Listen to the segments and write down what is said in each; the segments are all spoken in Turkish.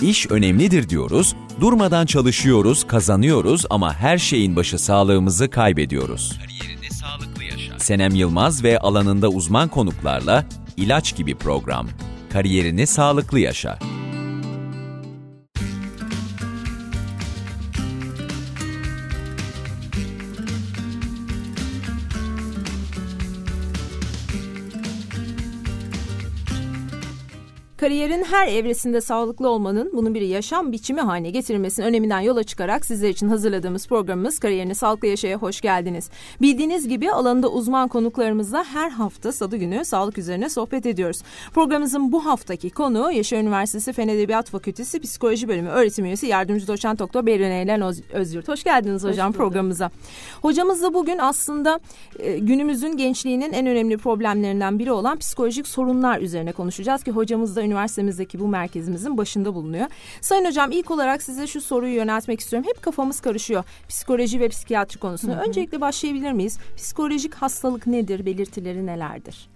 İş önemlidir diyoruz, durmadan çalışıyoruz, kazanıyoruz ama her şeyin başı sağlığımızı kaybediyoruz. Kariyerini sağlıklı yaşa. Senem Yılmaz ve alanında uzman konuklarla İlaç gibi program. Kariyerini sağlıklı yaşa. Kariyerin her evresinde sağlıklı olmanın, bunun bir yaşam biçimi haline getirilmesinin öneminden yola çıkarak sizler için hazırladığımız programımız Kariyerini Sağlıklı Yaşa'ya hoş geldiniz. Bildiğiniz gibi alanında uzman konuklarımızla her hafta Salı günü sağlık üzerine sohbet ediyoruz. Programımızın bu haftaki konuğu Yaşar Üniversitesi Fen Edebiyat Fakültesi Psikoloji Bölümü Öğretim Üyesi Yardımcı Doçent Doktor Berrin Eylem Özyurt. Hoş geldiniz hocam programımıza. Hocamızla bugün aslında günümüzün gençliğinin en önemli problemlerinden biri olan psikolojik sorunlar üzerine konuşacağız ki hocamız da üniversitemizdeki bu merkezimizin başında bulunuyor. Sayın hocam, ilk olarak size şu soruyu yöneltmek istiyorum. Hep kafamız karışıyor psikoloji ve psikiyatri konusunda. Öncelikle başlayabilir miyiz? Psikolojik hastalık nedir? Belirtileri nelerdir?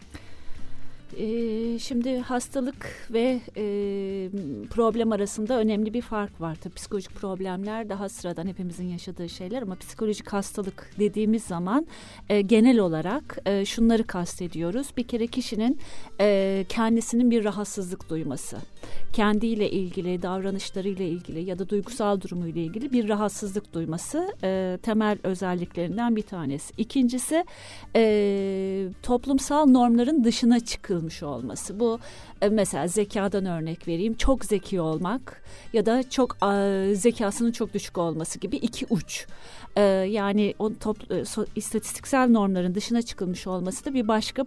Şimdi hastalık ve problem arasında önemli bir fark var. Tabii psikolojik problemler daha sıradan hepimizin yaşadığı şeyler ama psikolojik hastalık dediğimiz zaman genel olarak şunları kastediyoruz. Bir kere kişinin kendisinin bir rahatsızlık duyması, kendiyle ilgili, davranışlarıyla ilgili ya da duygusal durumuyla ilgili bir rahatsızlık duyması temel özelliklerinden bir tanesi. İkincisi toplumsal normların dışına çıkılmış olması. Bu mesela zekadan örnek vereyim. Çok zeki olmak ya da çok zekasının çok düşük olması gibi iki uç. Yani o istatistiksel normların dışına çıkılmış olması da bir başka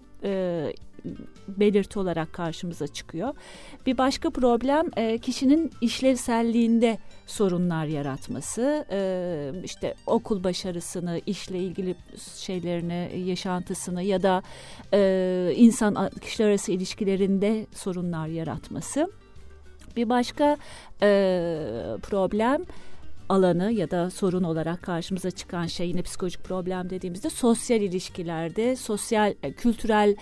belirti olarak karşımıza çıkıyor. Bir başka problem kişinin işlevselliğinde sorunlar yaratması, işte okul başarısını, işle ilgili şeylerini, yaşantısını ya da kişiler arası ilişkilerinde sorunlar yaratması. Bir başka problem alanı ya da sorun olarak karşımıza çıkan şey, yine psikolojik problem dediğimizde sosyal ilişkilerde, kültürel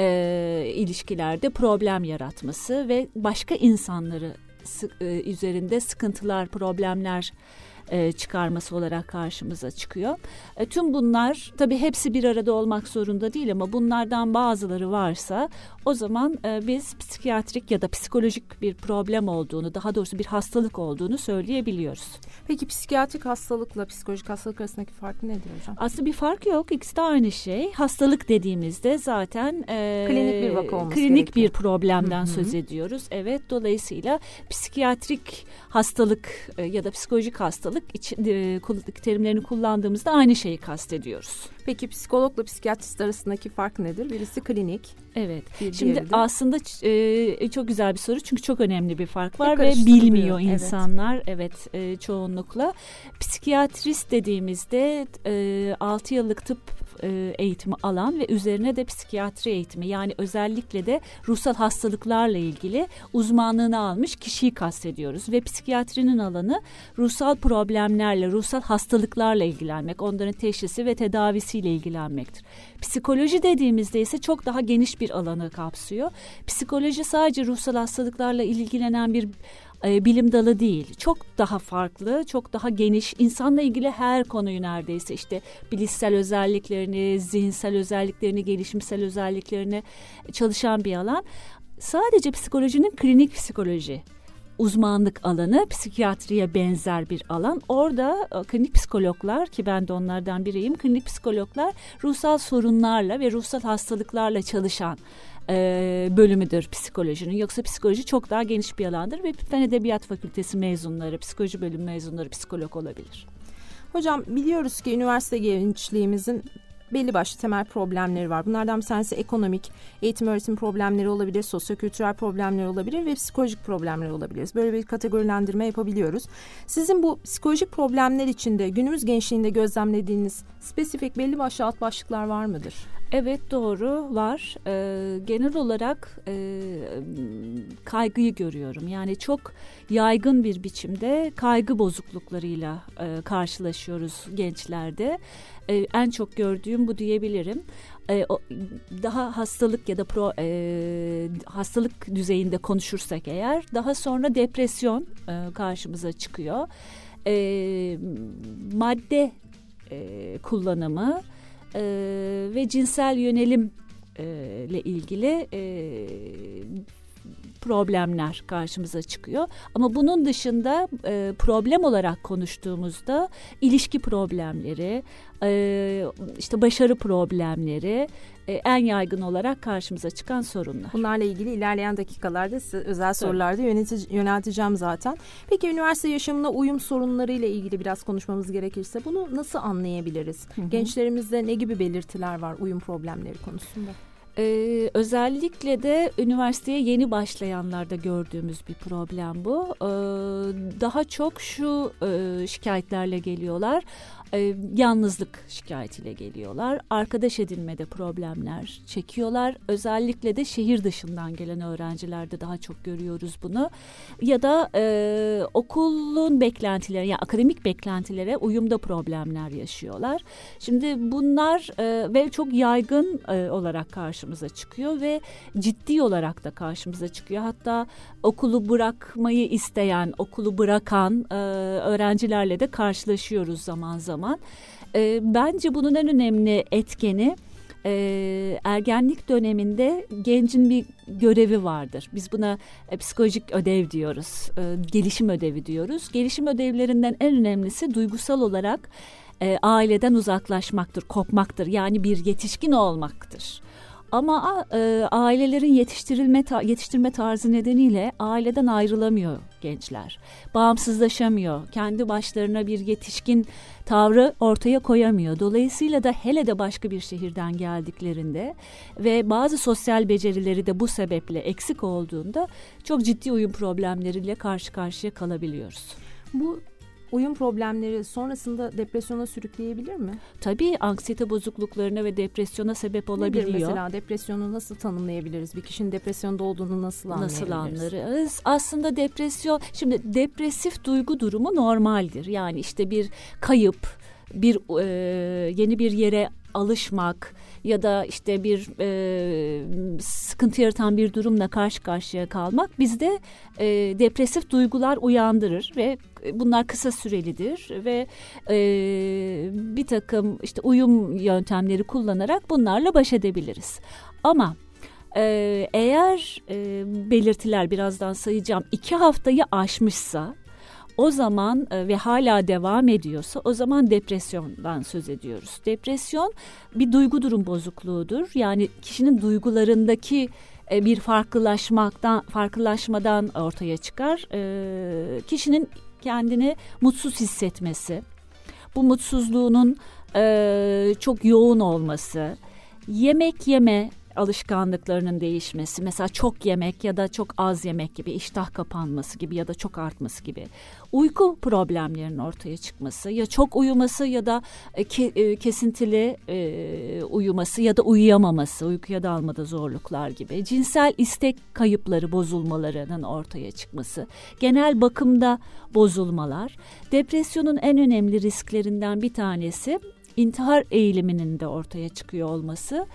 ilişkilerde problem yaratması ve başka insanları üzerinde sıkıntılar, problemler çıkarması olarak karşımıza çıkıyor. Tüm bunlar tabii hepsi bir arada olmak zorunda değil ama bunlardan bazıları varsa o zaman biz psikiyatrik ya da psikolojik bir problem olduğunu, daha doğrusu bir hastalık olduğunu söyleyebiliyoruz. Peki psikiyatrik hastalıkla psikolojik hastalık arasındaki fark nedir hocam? Aslında bir fark yok. İkisi de aynı şey. Hastalık dediğimizde zaten klinik bir vaka olması klinik gerekiyor. Bir problemden söz ediyoruz. Evet, dolayısıyla psikiyatrik hastalık ya da psikolojik hastalık terimlerini kullandığımızda aynı şeyi kastediyoruz. Peki psikologla psikiyatrist arasındaki fark nedir? Birisi klinik. Evet. Şimdi aslında çok güzel bir soru çünkü çok önemli bir fark var ve bilmiyor insanlar. Evet, çoğunlukla. Psikiyatrist dediğimizde 6 yıllık tıp eğitimi alan ve üzerine de psikiyatri eğitimi, yani özellikle de ruhsal hastalıklarla ilgili uzmanlığını almış kişiyi kastediyoruz. Ve psikiyatrinin alanı ruhsal problemlerle, ruhsal hastalıklarla ilgilenmek, onların teşhisi ve tedavisiyle ilgilenmektir. Psikoloji dediğimizde ise çok daha geniş bir alanı kapsıyor. Psikoloji sadece ruhsal hastalıklarla ilgilenen bir bilim dalı değil. Çok daha farklı, çok daha geniş. İnsanla ilgili her konuyu neredeyse, işte bilişsel özelliklerini, zihinsel özelliklerini, gelişimsel özelliklerini çalışan bir alan. Sadece psikolojinin klinik psikoloji uzmanlık alanı psikiyatriye benzer bir alan. Orada klinik psikologlar, ki ben de onlardan biriyim, klinik psikologlar ruhsal sorunlarla ve ruhsal hastalıklarla çalışan bölümüdür psikolojinin. Yoksa psikoloji çok daha geniş bir alandır ve Fen Edebiyat Fakültesi mezunları, psikoloji bölüm mezunları psikolog olabilir. Hocam, biliyoruz ki üniversite gençliğimizin belli başlı temel problemleri var. Bunlardan bir tanesi ekonomik, eğitim öğretim problemleri olabilir, sosyokültürel problemler olabilir ve psikolojik problemler olabilir. Böyle bir kategorilendirme yapabiliyoruz. Sizin bu psikolojik problemler içinde günümüz gençliğinde gözlemlediğiniz spesifik belli başlı alt başlıklar var mıdır? Evet, doğru, var. Genel olarak kaygıyı görüyorum. Yani çok yaygın bir biçimde kaygı bozukluklarıyla karşılaşıyoruz gençlerde. En çok gördüğüm bu diyebilirim. Daha hastalık ya da hastalık düzeyinde konuşursak eğer, daha sonra depresyon karşımıza çıkıyor. Madde kullanımı ve cinsel yönelim ile ilgili problemler karşımıza çıkıyor. Ama bunun dışında problem olarak konuştuğumuzda ilişki problemleri, işte başarı problemleri en yaygın olarak karşımıza çıkan sorunlar. Bunlarla ilgili ilerleyen dakikalarda size özel sorularda yönelteceğim zaten. Peki üniversite yaşamına uyum sorunlarıyla ilgili biraz konuşmamız gerekirse bunu nasıl anlayabiliriz? Gençlerimizde ne gibi belirtiler var uyum problemleri konusunda? Özellikle de üniversiteye yeni başlayanlarda gördüğümüz bir problem bu. Daha çok şu şikayetlerle geliyorlar. Yalnızlık şikayetiyle geliyorlar. Arkadaş edinmede problemler çekiyorlar. Özellikle de şehir dışından gelen öğrencilerde daha çok görüyoruz bunu. Ya da okulun beklentileri, yani akademik beklentilere uyumda problemler yaşıyorlar. Şimdi bunlar ve çok yaygın olarak karşımıza çıkıyor ve ciddi olarak da karşımıza çıkıyor. Hatta okulu bırakmayı isteyen, okulu bırakan öğrencilerle de karşılaşıyoruz zaman zaman. Bence bunun en önemli etkeni ergenlik döneminde gencin bir görevi vardır. Biz buna psikolojik ödev diyoruz, gelişim ödevi diyoruz. Gelişim ödevlerinden en önemlisi duygusal olarak aileden uzaklaşmaktır, kopmaktır. Yani bir yetişkin olmaktır. Ama ailelerin yetiştirme tarzı nedeniyle aileden ayrılamıyor gençler. Bağımsızlaşamıyor. Kendi başlarına bir yetişkin tavrı ortaya koyamıyor. Dolayısıyla da hele de başka bir şehirden geldiklerinde ve bazı sosyal becerileri de bu sebeple eksik olduğunda çok ciddi uyum problemleriyle karşı karşıya kalabiliyoruz. Bu uyum problemleri sonrasında depresyona sürükleyebilir mi? Tabii, anksiyete bozukluklarına ve depresyona sebep olabiliyor. Nedir mesela depresyonu nasıl tanımlayabiliriz? Bir kişinin depresyonda olduğunu nasıl anlayabiliriz? Nasıl anlarız? Aslında depresyon, şimdi depresif duygu durumu normaldir. Yani işte bir kayıp, yeni bir yere alışmak ya da işte bir sıkıntı yaratan bir durumla karşı karşıya kalmak bizde depresif duygular uyandırır ve bunlar kısa sürelidir ve bir takım işte uyum yöntemleri kullanarak bunlarla baş edebiliriz. Ama eğer belirtiler, birazdan sayacağım, 2 haftayı aşmışsa, o zaman ve hala devam ediyorsa o zaman depresyondan söz ediyoruz. Depresyon bir duygu durum bozukluğudur. Yani kişinin duygularındaki bir farklılaşmadan ortaya çıkar. Kişinin kendini mutsuz hissetmesi, bu mutsuzluğunun çok yoğun olması, yemek yeme alışkanlıklarının değişmesi, mesela çok yemek ya da çok az yemek gibi, iştah kapanması gibi ya da çok artması gibi, uyku problemlerinin ortaya çıkması, ya çok uyuması ya da kesintili uyuması ya da uyuyamaması, uykuya dalmada zorluklar gibi, cinsel istek kayıpları, bozulmalarının ortaya çıkması, genel bakımda bozulmalar. Depresyonun en önemli risklerinden bir tanesi intihar eğiliminin de ortaya çıkıyor olması.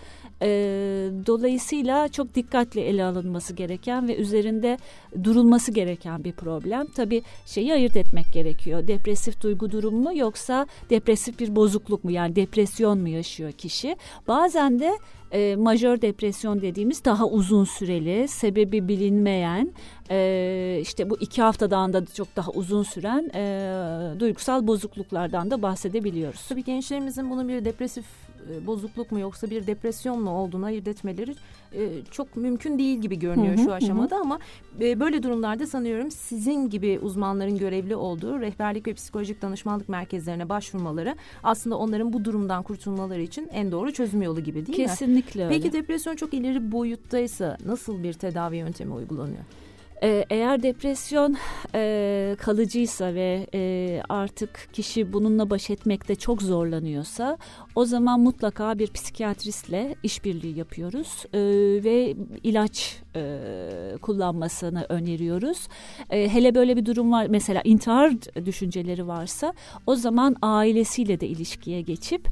Dolayısıyla çok dikkatli ele alınması gereken ve üzerinde durulması gereken bir problem. Tabii şeyi ayırt etmek gerekiyor. Depresif duygu durumu mu yoksa depresif bir bozukluk mu? Yani depresyon mu yaşıyor kişi? Bazen de majör depresyon dediğimiz daha uzun süreli, sebebi bilinmeyen, işte bu 2 haftadan da çok daha uzun süren duygusal bozukluklardan da bahsedebiliyoruz. Tabii gençlerimizin bunun bir depresif bozukluk mu yoksa bir depresyon mu olduğunu ayırt etmeleri çok mümkün değil gibi görünüyor şu aşamada ama böyle durumlarda sanıyorum sizin gibi uzmanların görevli olduğu rehberlik ve psikolojik danışmanlık merkezlerine başvurmaları aslında onların bu durumdan kurtulmaları için en doğru çözüm yolu gibi değil mi? Kesinlikle öyle. Peki depresyon çok ileri boyuttaysa nasıl bir tedavi yöntemi uygulanıyor? Eğer depresyon kalıcıysa ve artık kişi bununla baş etmekte çok zorlanıyorsa o zaman mutlaka bir psikiyatristle işbirliği yapıyoruz ve ilaç kullanmasını öneriyoruz. Hele böyle bir durum var, mesela intihar düşünceleri varsa o zaman ailesiyle de ilişkiye geçip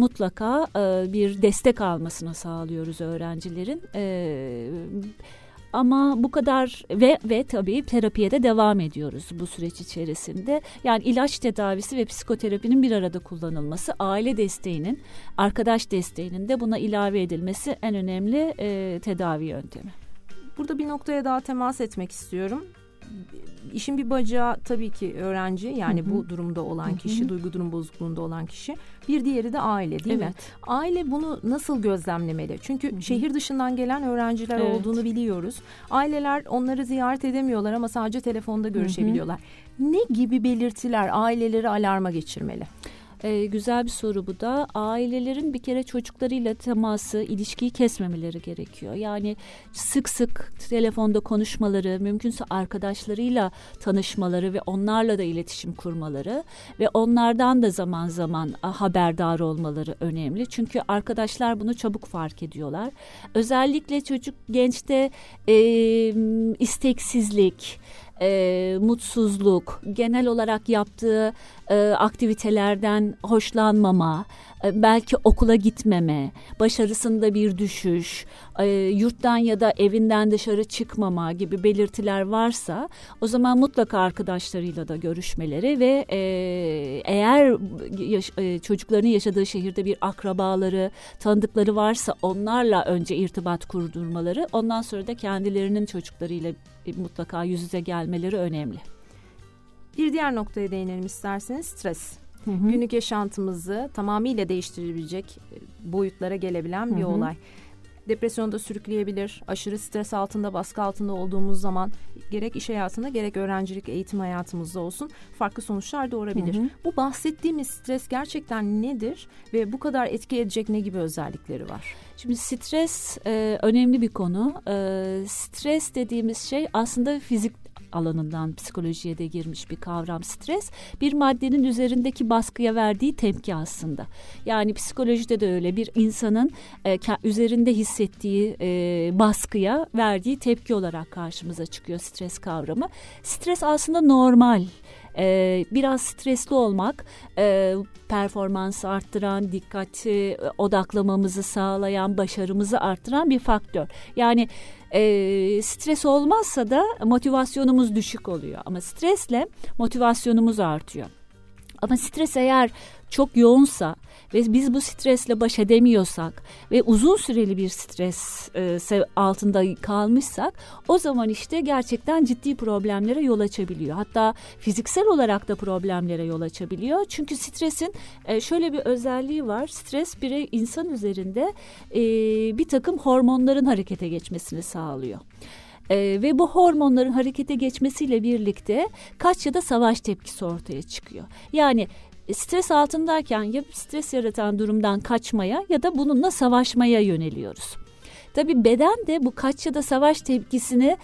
mutlaka bir destek almasını sağlıyoruz öğrencilerin. Ama bu kadar ve tabii terapiye de devam ediyoruz bu süreç içerisinde. Yani ilaç tedavisi ve psikoterapinin bir arada kullanılması, aile desteğinin, arkadaş desteğinin de buna ilave edilmesi en önemli tedavi yöntemi. Burada bir noktaya daha temas etmek istiyorum. İşin bir bacağı tabii ki öğrenci, yani bu durumda olan kişi, duygu durum bozukluğunda olan kişi. Bir diğeri de aile, değil mi? Aile bunu nasıl gözlemlemeli? Çünkü şehir dışından gelen öğrenciler olduğunu biliyoruz. Aileler onları ziyaret edemiyorlar ama sadece telefonda görüşebiliyorlar. Ne gibi belirtiler aileleri alarma geçirmeli? Güzel bir soru bu da. Ailelerin bir kere çocuklarıyla teması, ilişkiyi kesmemeleri gerekiyor. Yani sık sık telefonda konuşmaları, mümkünse arkadaşlarıyla tanışmaları ve onlarla da iletişim kurmaları ve onlardan da zaman zaman haberdar olmaları önemli. Çünkü arkadaşlar bunu çabuk fark ediyorlar. Özellikle çocuk gençte isteksizlik, mutsuzluk, genel olarak yaptığı aktivitelerden hoşlanmama, belki okula gitmeme, başarısında bir düşüş, yurttan ya da evinden dışarı çıkmama gibi belirtiler varsa o zaman mutlaka arkadaşlarıyla da görüşmeleri ve eğer çocukların yaşadığı şehirde bir akrabaları, tanıdıkları varsa onlarla önce irtibat kurdurmaları, ondan sonra da kendilerinin çocuklarıyla mutlaka yüz yüze gelmeleri önemli. Bir diğer noktaya değinelim isterseniz, stres. Günlük yaşantımızı tamamıyla değiştirebilecek boyutlara gelebilen bir olay. Depresyonda sürükleyebilir. Aşırı stres altında, baskı altında olduğumuz zaman gerek iş hayatında gerek öğrencilik, eğitim hayatımızda olsun farklı sonuçlar doğurabilir. Bu bahsettiğimiz stres gerçekten nedir ve bu kadar etki edecek ne gibi özellikleri var? Şimdi stres önemli bir konu. Stres dediğimiz şey aslında fizik alanından psikolojiye de girmiş bir kavram. Stres bir maddenin üzerindeki baskıya verdiği tepki aslında. Yani psikolojide de öyle, bir insanın üzerinde hissettiği baskıya verdiği tepki olarak karşımıza çıkıyor stres kavramı. Stres aslında normal. Biraz stresli olmak performansı arttıran, dikkati odaklamamızı sağlayan, başarımızı arttıran bir faktör. Yani stres olmazsa da motivasyonumuz düşük oluyor ama stresle motivasyonumuz artıyor. Ama stres eğer çok yoğunsa ve biz bu stresle baş edemiyorsak ve uzun süreli bir stres altında kalmışsak o zaman işte gerçekten ciddi problemlere yol açabiliyor. Hatta fiziksel olarak da problemlere yol açabiliyor. Çünkü stresin şöyle bir özelliği var. Stres insan üzerinde bir takım hormonların harekete geçmesini sağlıyor. Ve bu hormonların harekete geçmesiyle birlikte kaç ya da savaş tepkisi ortaya çıkıyor. Yani stres altındayken ya stres yaratan durumdan kaçmaya ya da bununla savaşmaya yöneliyoruz. Tabii beden de bu kaç ya da savaş tepkisini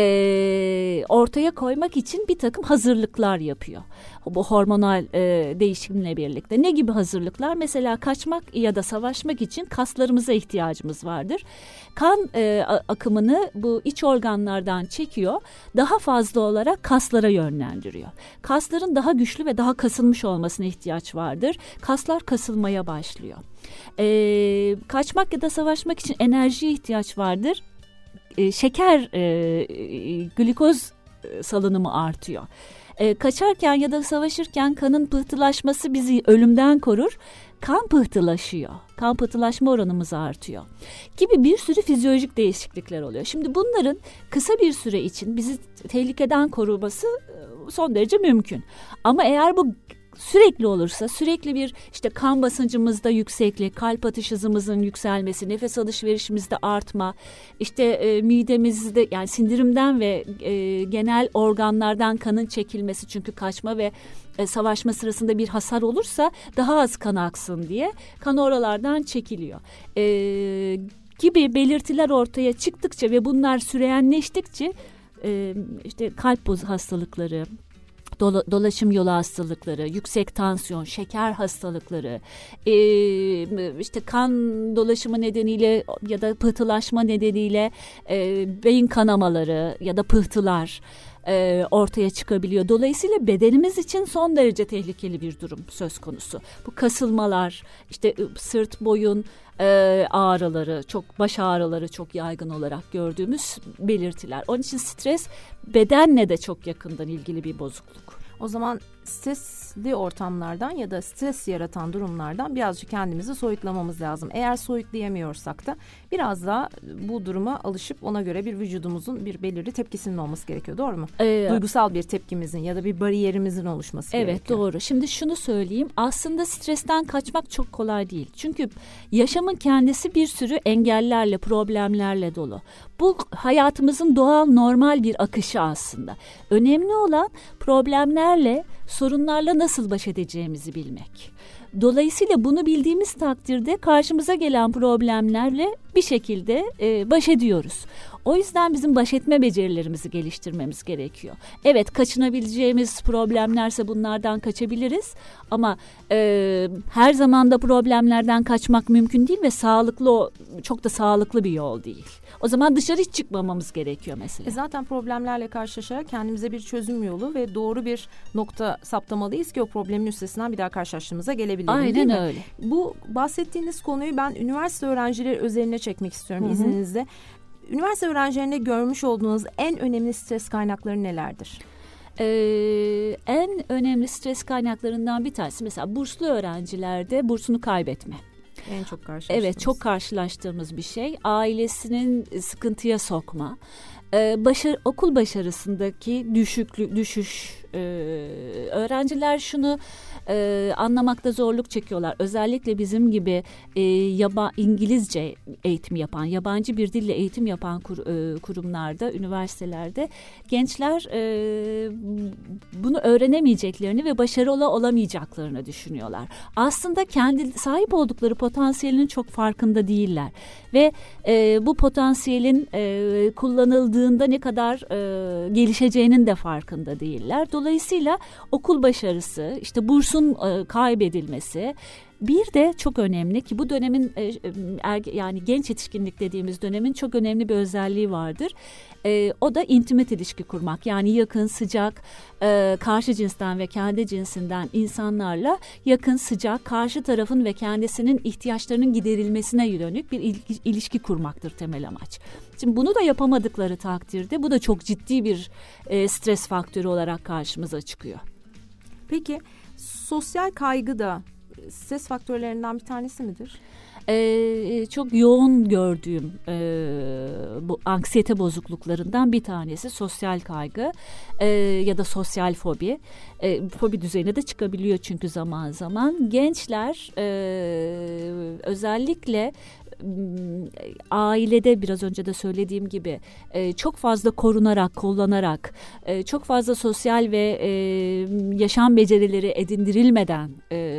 ortaya koymak için bir takım hazırlıklar yapıyor. Bu hormonal değişimle birlikte. Ne gibi hazırlıklar? Mesela kaçmak ya da savaşmak için kaslarımıza ihtiyacımız vardır. Kan akımını bu iç organlardan çekiyor. Daha fazla olarak kaslara yönlendiriyor. Kasların daha güçlü ve daha kasılmış olmasına ihtiyaç vardır. Kaslar kasılmaya başlıyor. Kaçmak ya da savaşmak için enerjiye ihtiyaç vardır. Şeker, glikoz salınımı artıyor. Kaçarken ya da savaşırken kanın pıhtılaşması bizi ölümden korur. Kan pıhtılaşıyor. Kan pıhtılaşma oranımız artıyor. Gibi bir sürü fizyolojik değişiklikler oluyor. Şimdi bunların kısa bir süre için bizi tehlikeden koruması son derece mümkün. Ama eğer bu sürekli olursa, sürekli bir işte kan basıncımızda yükseklik, kalp atış hızımızın yükselmesi, nefes alışverişimizde artma, işte midemizde, yani sindirimden ve genel organlardan kanın çekilmesi, çünkü kaçma ve savaşma sırasında bir hasar olursa daha az kan aksın diye kan oralardan çekiliyor. Gibi belirtiler ortaya çıktıkça ve bunlar süreyenleştikçe işte kalp hastalıkları, dolaşım yolu hastalıkları, yüksek tansiyon, şeker hastalıkları, işte kan dolaşımı nedeniyle ya da pıhtılaşma nedeniyle beyin kanamaları ya da pıhtılar, ortaya çıkabiliyor. Dolayısıyla bedenimiz için son derece tehlikeli bir durum söz konusu. Bu kasılmalar, işte sırt, boyun ağrıları, baş ağrıları çok yaygın olarak gördüğümüz belirtiler. Onun için stres bedenle de çok yakından ilgili bir bozukluk. O zaman stresli ortamlardan ya da stres yaratan durumlardan birazcık kendimizi soyutlamamız lazım. Eğer soyutlayamıyorsak da biraz daha bu duruma alışıp ona göre bir vücudumuzun bir belirli tepkisinin olması gerekiyor. Doğru mu? Duygusal bir tepkimizin ya da bir bariyerimizin oluşması gerekiyor. Evet, doğru. Şimdi şunu söyleyeyim. Aslında stresten kaçmak çok kolay değil. Çünkü yaşamın kendisi bir sürü engellerle, problemlerle dolu. Bu hayatımızın doğal, normal bir akışı aslında. Önemli olan problemlerle, sorunlarla nasıl baş edeceğimizi bilmek. Dolayısıyla bunu bildiğimiz takdirde karşımıza gelen problemlerle bir şekilde baş ediyoruz. O yüzden bizim baş etme becerilerimizi geliştirmemiz gerekiyor. Evet, kaçınabileceğimiz problemlerse bunlardan kaçabiliriz. Ama her zaman da problemlerden kaçmak mümkün değil ve çok da sağlıklı bir yol değil. O zaman dışarı hiç çıkmamamız gerekiyor mesela. Zaten problemlerle karşılaşarak kendimize bir çözüm yolu ve doğru bir nokta saptamalıyız ki o problemin üstesinden bir daha karşılaştığımıza gelebilelim. Aynen öyle. Bu bahsettiğiniz konuyu ben üniversite öğrencileri özeline çekmek istiyorum izninizle. Üniversite öğrencilerinde görmüş olduğunuz en önemli stres kaynakları nelerdir? En önemli stres kaynaklarından bir tanesi mesela burslu öğrencilerde bursunu kaybetme. En çok karşılaştığımız. Evet, çok karşılaştığımız bir şey. Ailesinin sıkıntıya sokma. Okul başarısındaki düşüş. Öğrenciler şunu anlamakta zorluk çekiyorlar. Özellikle bizim gibi İngilizce eğitim yapan, yabancı bir dille eğitim yapan kurumlarda, üniversitelerde gençler bunu öğrenemeyeceklerini ve başarılı olamayacaklarını düşünüyorlar. Aslında sahip oldukları potansiyelinin çok farkında değiller ve bu potansiyelin kullanıldığında ne kadar gelişeceğinin de farkında değiller. Dolayısıyla okul başarısı, işte bursun kaybedilmesi, bir de çok önemli ki bu dönemin yani genç yetişkinlik dediğimiz dönemin çok önemli bir özelliği vardır. O da intimate ilişki kurmak, yani yakın, sıcak, karşı cinsten ve kendi cinsinden insanlarla yakın, sıcak, karşı tarafın ve kendisinin ihtiyaçlarının giderilmesine yönelik bir ilişki kurmaktır temel amaç. Şimdi bunu da yapamadıkları takdirde bu da çok ciddi bir stres faktörü olarak karşımıza çıkıyor. Peki sosyal kaygı da stres faktörlerinden bir tanesi midir? Çok yoğun gördüğüm bu anksiyete bozukluklarından bir tanesi sosyal kaygı ya da sosyal fobi. Fobi düzeyine de çıkabiliyor çünkü zaman zaman. Gençler özellikle ailede biraz önce de söylediğim gibi çok fazla korunarak, kollanarak, çok fazla sosyal ve yaşam becerileri edindirilmeden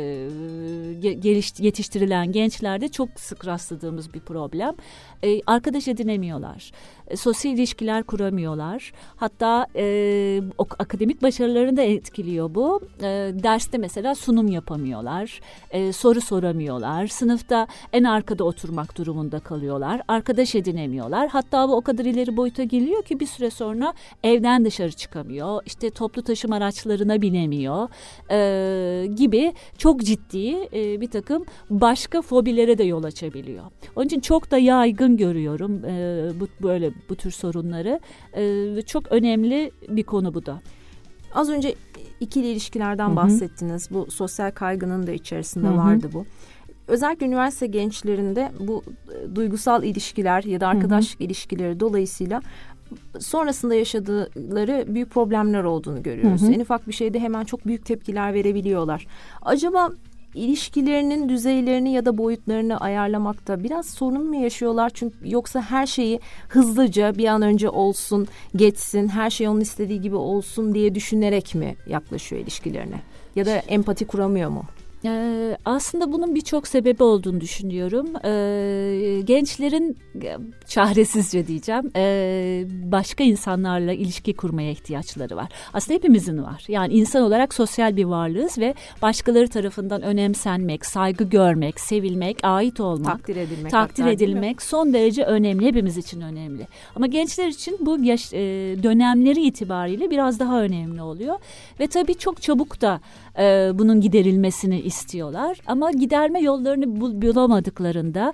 yetiştirilen gençlerde çok sık rastladığımız bir problem. Arkadaş edinemiyorlar. Sosyal ilişkiler kuramıyorlar. Hatta akademik başarılarını da etkiliyor bu. Derste mesela sunum yapamıyorlar. Soru soramıyorlar. Sınıfta en arkada oturmak durumunda kalıyorlar. Arkadaş edinemiyorlar. Hatta bu o kadar ileri boyuta geliyor ki bir süre sonra evden dışarı çıkamıyor. İşte toplu taşıma araçlarına binemiyor gibi çok ciddi bir takım başka fobilere de yol açabiliyor. Onun için çok da yaygın görüyorum bu tür sorunları. Çok önemli bir konu bu da. Az önce ikili ilişkilerden bahsettiniz. Bu sosyal kaygının da içerisinde vardı bu. Özellikle üniversite gençlerinde bu duygusal ilişkiler ya da arkadaşlık ilişkileri dolayısıyla sonrasında yaşadıkları büyük problemler olduğunu görüyoruz. En ufak bir şeyde hemen çok büyük tepkiler verebiliyorlar. Acaba ilişkilerinin düzeylerini ya da boyutlarını ayarlamakta biraz sorun mu yaşıyorlar? Çünkü yoksa her şeyi hızlıca bir an önce olsun, geçsin, her şey onun istediği gibi olsun diye düşünerek mi yaklaşıyor ilişkilerine? Ya da empati kuramıyor mu? Aslında bunun birçok sebebi olduğunu düşünüyorum. Gençlerin çaresizce diyeceğim başka insanlarla ilişki kurmaya ihtiyaçları var. Aslında hepimizin var. Yani insan olarak sosyal bir varlığız ve başkaları tarafından önemsenmek, saygı görmek, sevilmek, ait olmak, takdir edilmek son derece önemli. Hepimiz için önemli. Ama gençler için bu dönemleri itibariyle biraz daha önemli oluyor. Ve tabii çok çabuk da bunun giderilmesini istiyorlar. Ama giderme yollarını bulamadıklarında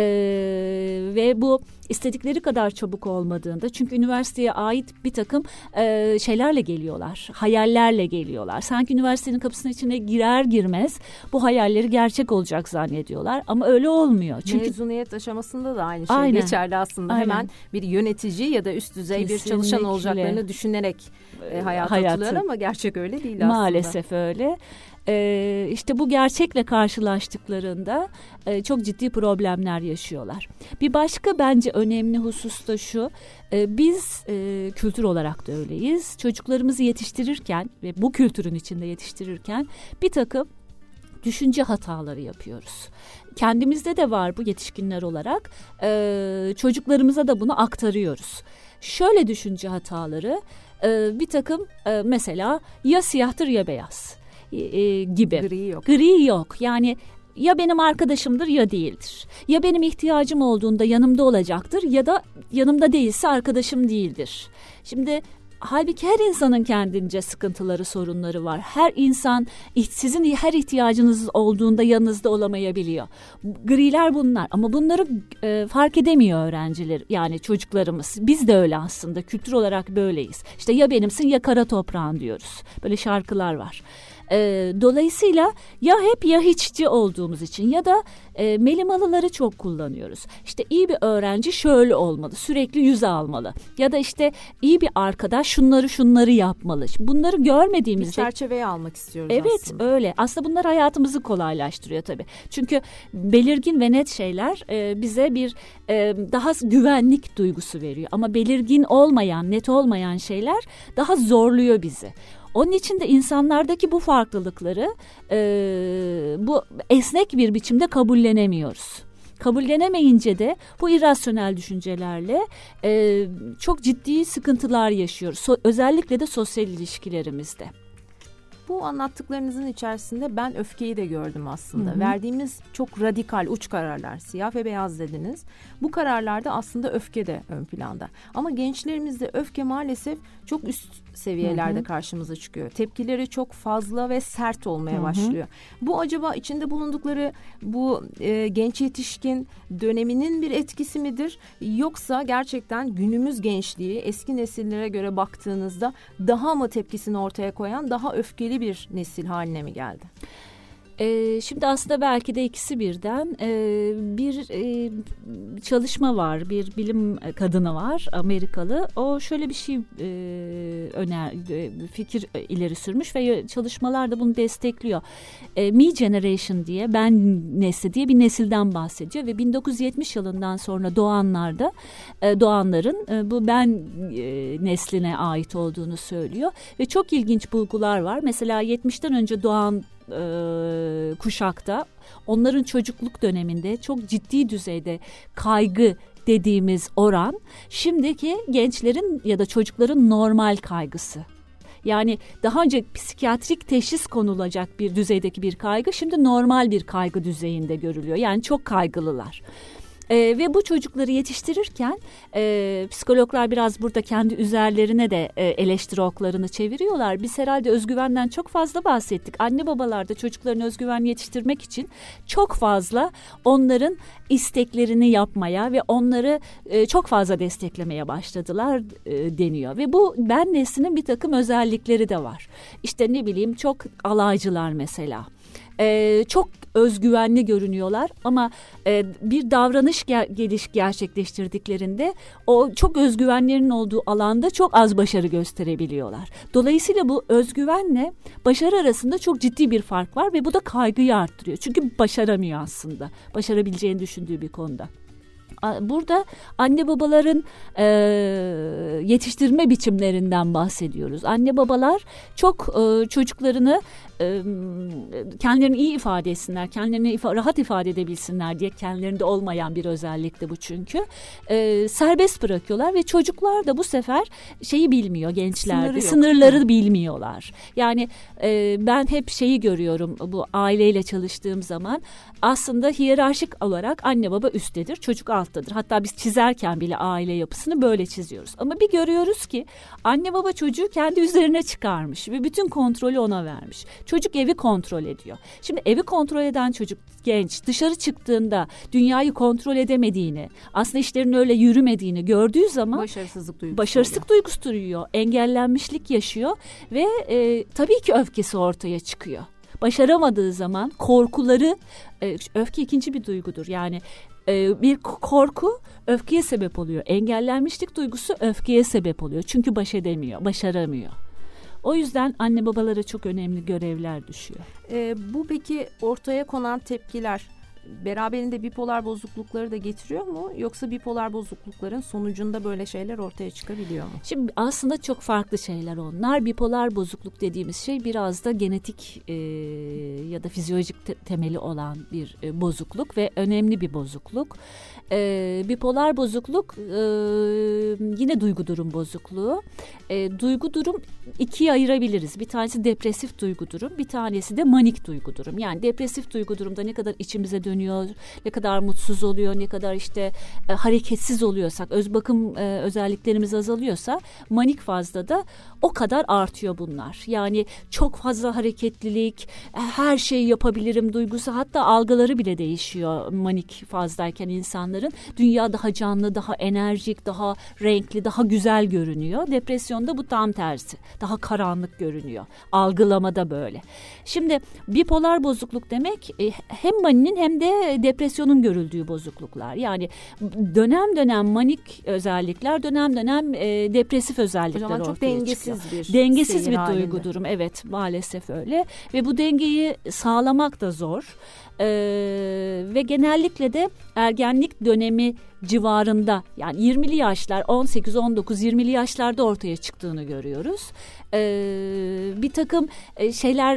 ve bu istedikleri kadar çabuk olmadığında, çünkü üniversiteye ait bir takım şeylerle geliyorlar, hayallerle geliyorlar. Sanki üniversitenin kapısının içine girer girmez bu hayalleri gerçek olacak zannediyorlar ama öyle olmuyor. Çünkü mezuniyet aşamasında da aynı şey geçerli aslında. Aynen. Hemen bir yönetici ya da üst düzey bir çalışan olacaklarını düşünerek hayata atılıyor ama gerçek öyle değil aslında. Maalesef öyle. İşte bu gerçekle karşılaştıklarında çok ciddi problemler yaşıyorlar. Bir başka bence önemli husus da şu, biz kültür olarak da öyleyiz. Çocuklarımızı yetiştirirken ve bu kültürün içinde yetiştirirken bir takım düşünce hataları yapıyoruz. Kendimizde de var bu yetişkinler olarak, çocuklarımıza da bunu aktarıyoruz. Şöyle düşünce hataları, bir takım mesela ya siyahtır ya beyaz gibi. Gri yok. Yani ya benim arkadaşımdır ya değildir. Ya benim ihtiyacım olduğunda yanımda olacaktır ya da yanımda değilse arkadaşım değildir. Şimdi halbuki her insanın kendince sıkıntıları, sorunları var. Her insan sizin her ihtiyacınız olduğunda yanınızda olamayabiliyor. Griler bunlar ama bunları fark edemiyor öğrenciler, yani çocuklarımız. Biz de öyle aslında, kültür olarak böyleyiz. İşte ya benimsin ya kara toprağın diyoruz. Böyle şarkılar var. Dolayısıyla ya hep ya hiççi olduğumuz için ya da melimalıları çok kullanıyoruz. İşte iyi bir öğrenci şöyle olmalı, sürekli 100 almalı ya da işte iyi bir arkadaş şunları yapmalı. Bunları görmediğimizde... Bir çerçeveye almak istiyoruz evet, aslında. Evet öyle. Aslında bunlar hayatımızı kolaylaştırıyor tabii. Çünkü belirgin ve net şeyler bize bir daha güvenlik duygusu veriyor. Ama belirgin olmayan, net olmayan şeyler daha zorluyor bizi. Onun için de insanlardaki bu farklılıkları bu esnek bir biçimde kabullenemiyoruz. Kabullenemeyince de bu irrasyonel düşüncelerle çok ciddi sıkıntılar yaşıyoruz. Özellikle de sosyal ilişkilerimizde. Bu anlattıklarınızın içerisinde ben öfkeyi de gördüm aslında. Hı-hı. Verdiğimiz çok radikal uç kararlar, siyah ve beyaz dediniz. Bu kararlarda aslında öfke de ön planda. Ama gençlerimizde öfke maalesef çok üst seviyelerde Hı-hı. karşımıza çıkıyor. Tepkileri çok fazla ve sert olmaya Hı-hı. başlıyor. Bu acaba içinde bulundukları bu genç yetişkin döneminin bir etkisi midir? Yoksa gerçekten günümüz gençliği eski nesillere göre baktığınızda daha mı tepkisini ortaya koyan, daha öfkeli bir nesil haline mi geldi? Şimdi aslında belki de ikisi birden. Bir çalışma var, bir bilim kadını var, Amerikalı. O şöyle bir şey fikir ileri sürmüş ve çalışmalarda bunu destekliyor. Me Generation diye, ben nesli diye bir nesilden bahsediyor ve 1970 yılından sonra doğanların bu ben nesline ait olduğunu söylüyor ve çok ilginç bulgular var. Mesela 70'ten önce doğan kuşakta, onların çocukluk döneminde çok ciddi düzeyde kaygı dediğimiz oran, şimdiki gençlerin ya da çocukların normal kaygısı. Yani daha önce psikiyatrik teşhis konulacak bir düzeydeki bir kaygı şimdi normal bir kaygı düzeyinde görülüyor. Yani çok kaygılılar. Ve bu çocukları yetiştirirken psikologlar biraz burada kendi üzerlerine de eleştiri oklarını çeviriyorlar. Biz herhalde özgüvenden çok fazla bahsettik. Anne babalar da çocuklarını özgüvenli yetiştirmek için çok fazla onların isteklerini yapmaya ve onları çok fazla desteklemeye başladılar deniyor. Ve bu ben neslinin bir takım özellikleri de var. İşte ne bileyim, çok alaycılar mesela. Çok özgüvenli görünüyorlar ama bir davranış gerçekleştirdiklerinde o çok özgüvenlerinin olduğu alanda çok az başarı gösterebiliyorlar. Dolayısıyla bu özgüvenle başarı arasında çok ciddi bir fark var ve bu da kaygıyı arttırıyor. Çünkü başaramıyor aslında, başarabileceğini düşündüğü bir konuda. Burada anne babaların yetiştirme biçimlerinden bahsediyoruz. Anne babalar çok çocuklarını kendilerini iyi ifade etsinler, kendilerini rahat ifade edebilsinler diye, kendilerinde olmayan bir özellik de bu çünkü. Serbest bırakıyorlar ve çocuklar da bu sefer şeyi bilmiyor, gençlerde sınırları bilmiyorlar. Yani ben hep şeyi görüyorum bu aileyle çalıştığım zaman, aslında hiyerarşik olarak anne baba üsttedir, çocuk alttadır. Hatta biz çizerken bile aile yapısını böyle çiziyoruz. Ama bir görüyoruz ki anne baba çocuğu kendi üzerine çıkarmış ve bütün kontrolü ona vermiş. Çocuk evi kontrol ediyor. Şimdi evi kontrol eden çocuk, genç, dışarı çıktığında dünyayı kontrol edemediğini, aslında işlerin öyle yürümediğini gördüğü zaman başarısızlık duygusu duyuyor, engellenmişlik yaşıyor ve tabii ki öfkesi ortaya çıkıyor. Başaramadığı zaman korkuları, öfke ikinci bir duygudur. Yani bir korku öfkeye sebep oluyor. Engellenmişlik duygusu öfkeye sebep oluyor. Çünkü baş edemiyor, başaramıyor. O yüzden anne babalara çok önemli görevler düşüyor. Bu peki ortaya konan tepkiler beraberinde bipolar bozuklukları da getiriyor mu? Yoksa bipolar bozuklukların sonucunda böyle şeyler ortaya çıkabiliyor mu? Şimdi aslında çok farklı şeyler onlar. Bipolar bozukluk dediğimiz şey biraz da genetik ya da fizyolojik temeli olan bir bozukluk ve önemli bir bozukluk. Bipolar bozukluk yine duygu durum bozukluğu. Duygu durum ikiye ayırabiliriz. Bir tanesi depresif duygu durum, bir tanesi de manik duygu durum. Yani depresif duygu durumda ne kadar içimize dönüyor, ne kadar mutsuz oluyor, ne kadar işte hareketsiz oluyorsak, öz bakım özelliklerimiz azalıyorsa, manik fazda da o kadar artıyor bunlar. Yani çok fazla hareketlilik, her şeyi yapabilirim duygusu, hatta algıları bile değişiyor manik fazdayken insanların. Dünya daha canlı, daha enerjik, daha renkli, daha güzel görünüyor. Depresyonda bu tam tersi. Daha karanlık görünüyor. Algılamada böyle. Şimdi bipolar bozukluk demek hem maninin hem de depresyonun görüldüğü bozukluklar. Yani dönem dönem manik özellikler, dönem dönem depresif özellikler ortaya çıkıyor. Çok dengesiz bir duygu durum. Evet, maalesef öyle. Ve bu dengeyi sağlamak da zor. Ve genellikle de ergenlik dönemi civarında, yani 20'li yaşlar, 18, 19, 20'li yaşlarda ortaya çıktığını görüyoruz. Bir takım şeyler,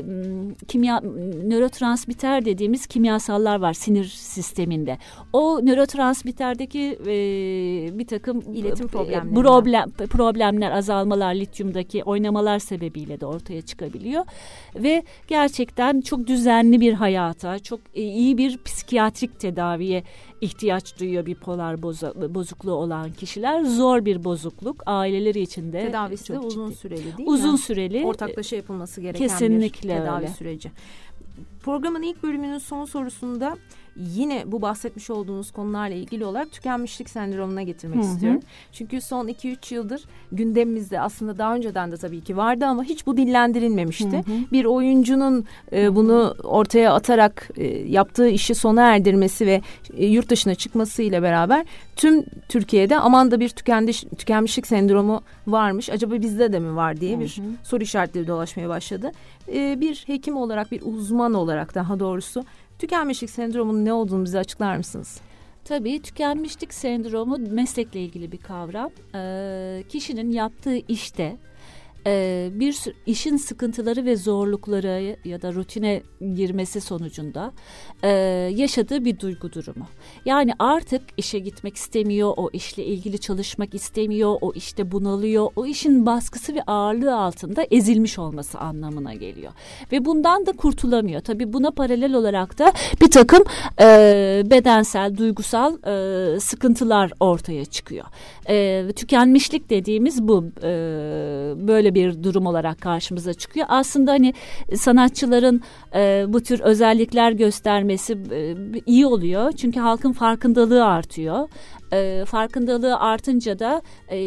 nörotransmitter dediğimiz kimyasallar var sinir sisteminde. O nörotransmitterdeki bir takım iletim problemler, azalmalar, lityumdaki oynamalar sebebiyle de ortaya çıkabiliyor. Ve gerçekten çok düzenli bir hayata, çok iyi bir psikiyatrik tedaviye ihtiyaç duyuyor bipolar bozukluğu olan kişiler. Zor bir bozukluk. Aileleri için de tedavisi de uzun süreli değil mi? Uzun süreli. Ortaklaşa yapılması gereken kesinlikle bir tedavi öyle. Süreci. Programın ilk bölümünün son sorusunda yine bu bahsetmiş olduğunuz konularla ilgili olarak tükenmişlik sendromuna getirmek istiyorum. Çünkü son 2-3 yıldır gündemimizde, aslında daha önceden de tabii ki vardı ama hiç bu dillendirilmemişti. Bir oyuncunun bunu ortaya atarak yaptığı işi sona erdirmesi ve yurt dışına çıkmasıyla beraber tüm Türkiye'de aman da bir tükenmişlik sendromu varmış, acaba bizde de mi var diye bir soru işaretleri dolaşmaya başladı. Bir hekim olarak, bir uzman olarak daha doğrusu, tükenmişlik sendromunun ne olduğunu bize açıklar mısınız? Tabii, tükenmişlik sendromu meslekle ilgili bir kavram. Kişinin yaptığı işte bir işin sıkıntıları ve zorlukları ya da rutine girmesi sonucunda yaşadığı bir duygu durumu. Yani artık işe gitmek istemiyor, o işle ilgili çalışmak istemiyor, o işte bunalıyor, o işin baskısı ve ağırlığı altında ezilmiş olması anlamına geliyor. Ve bundan da kurtulamıyor. Tabii buna paralel olarak da bir takım bedensel, duygusal sıkıntılar ortaya çıkıyor. Tükenmişlik dediğimiz bu. Böyle bir durum olarak karşımıza çıkıyor. Aslında hani sanatçıların bu tür özellikler göstermesi iyi oluyor. Çünkü halkın farkındalığı artıyor. Farkındalığı artınca da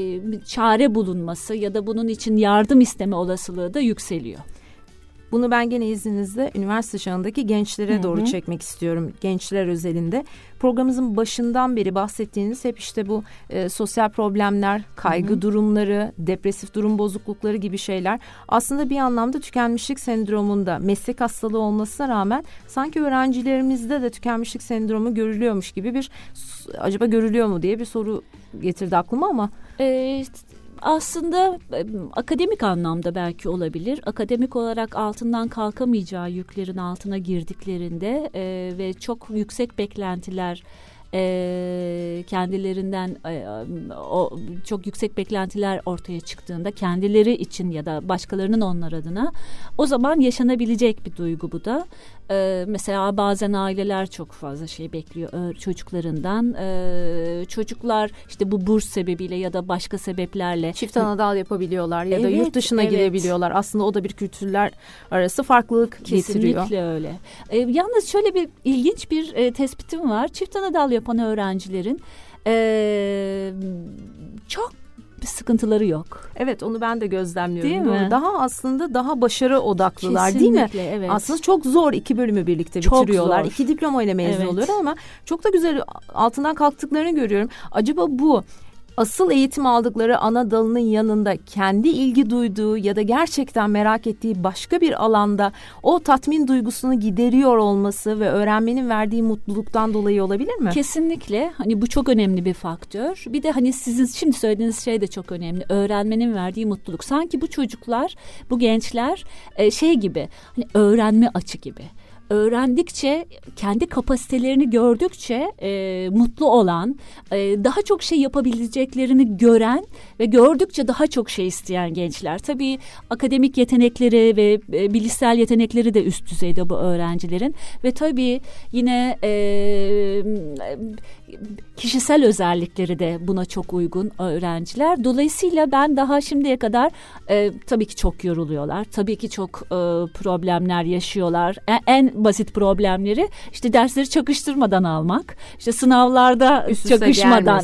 çare bulunması ya da bunun için yardım isteme olasılığı da yükseliyor. Bunu ben gene izninizle üniversite çağındaki gençlere doğru çekmek istiyorum. Gençler özelinde. Programımızın başından beri bahsettiğiniz hep işte bu sosyal problemler, kaygı durumları, depresif durum bozuklukları gibi şeyler. Aslında bir anlamda tükenmişlik sendromunda meslek hastalığı olmasına rağmen sanki öğrencilerimizde de tükenmişlik sendromu görülüyormuş gibi acaba görülüyor mu diye bir soru getirdi aklıma ama. aslında akademik anlamda belki olabilir. Akademik olarak altından kalkamayacağı yüklerin altına girdiklerinde ve çok yüksek beklentiler kendilerinden çok yüksek beklentiler ortaya çıktığında kendileri için ya da başkalarının onlar adına, o zaman yaşanabilecek bir duygu bu da. Mesela bazen aileler çok fazla şey bekliyor çocuklarından. Çocuklar işte bu burs sebebiyle ya da başka sebeplerle çift anadal yapabiliyorlar ya da yurt dışına gidebiliyorlar. Aslında o da bir kültürler arası farklılık getiriyor. Kesinlikle öyle. Yalnız şöyle bir ilginç bir tespitim var. Çift anadal yapan öğrencilerin çok sıkıntıları yok. Evet, onu ben de gözlemliyorum. Değil mi? Daha başarı odaklılar. Kesinlikle, değil mi? Evet. Aslında çok zor, 2 bölümü birlikte bitiriyorlar. 2 diploma ile mezun oluyorlar ama çok da güzel altından kalktıklarını görüyorum. Acaba bu asıl eğitim aldıkları ana dalının yanında kendi ilgi duyduğu ya da gerçekten merak ettiği başka bir alanda o tatmin duygusunu gideriyor olması ve öğrenmenin verdiği mutluluktan dolayı olabilir mi? Kesinlikle. Hani bu çok önemli bir faktör. Bir de hani sizin şimdi söylediğiniz şey de çok önemli. Öğrenmenin verdiği mutluluk. Sanki bu çocuklar, bu gençler şey gibi, hani öğrenme açı gibi. Öğrendikçe, kendi kapasitelerini gördükçe mutlu olan, daha çok şey yapabileceklerini gören ve gördükçe daha çok şey isteyen gençler. Tabii akademik yetenekleri ve bilişsel yetenekleri de üst düzeyde bu öğrencilerin. Ve tabii yine kişisel özellikleri de buna çok uygun öğrenciler. Dolayısıyla ben daha şimdiye kadar tabii ki çok yoruluyorlar. Tabii ki çok problemler yaşıyorlar. En basit problemleri işte dersleri çakıştırmadan almak, işte sınavlarda üst çakışmadan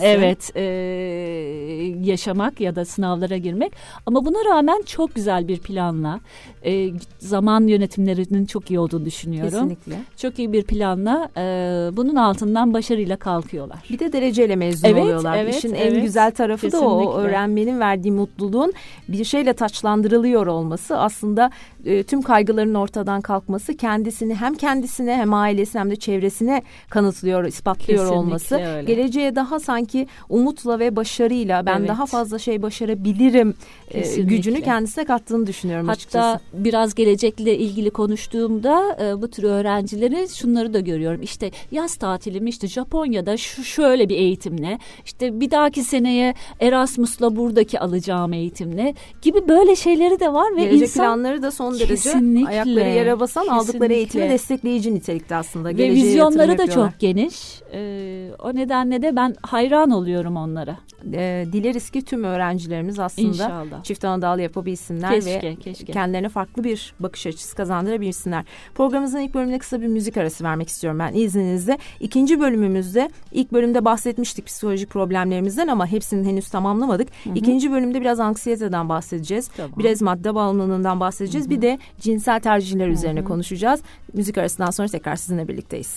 yaşamak ya da sınavlara girmek. Ama buna rağmen çok güzel bir planla, zaman yönetimlerinin çok iyi olduğunu düşünüyorum. Kesinlikle. Çok iyi bir planla bunun altından başarıyla kalkıyorlar. Bir de dereceyle mezun oluyorlar. İşin en güzel tarafı kesinlikle. Da o öğrenmenin verdiği mutluluğun bir şeyle taçlandırılıyor olması, aslında tüm kaygıların ortadan kalkması, hem kendisine hem ailesine hem de çevresine kanıtlıyor, ispatlıyor kesinlikle olması. Öyle. Geleceğe daha sanki umutla ve başarıyla ben daha fazla şey başarabilirim gücünü kendisine kattığını düşünüyorum açıkçası. Hatta biraz gelecekle ilgili konuştuğumda bu tür öğrencileri şunları da görüyorum. İşte yaz tatilimi işte Japonya'da şöyle bir eğitimle, işte bir dahaki seneye Erasmus'la buradaki alacağım eğitimle gibi böyle şeyleri de var ve gelecek planları da son derece kesinlikle, ayakları yere basan, kesinlikle aldıkları eğitimi destekleyici nitelikte aslında. Ve vizyonları da çok geniş. O nedenle de ben hayran oluyorum onlara. Dileriz ki tüm öğrencilerimiz aslında İnşallah. Çift anadal yapabilsinler ve kendilerine farklı bir bakış açısı kazandırabilsinler. Programımızın ilk bölümüne kısa bir müzik arası vermek istiyorum ben izninizle. İkinci bölümümüzde, ilk bölümde bahsetmiştik psikolojik problemlerimizden ama hepsini henüz tamamlamadık. İkinci bölümde biraz anksiyeteden bahsedeceğiz. Tamam. Biraz madde bağımlılığından bahsedeceğiz. Bir de cinsel tercihler üzerine konuşacağız. Müzik arasından sonra tekrar sizinle birlikteyiz.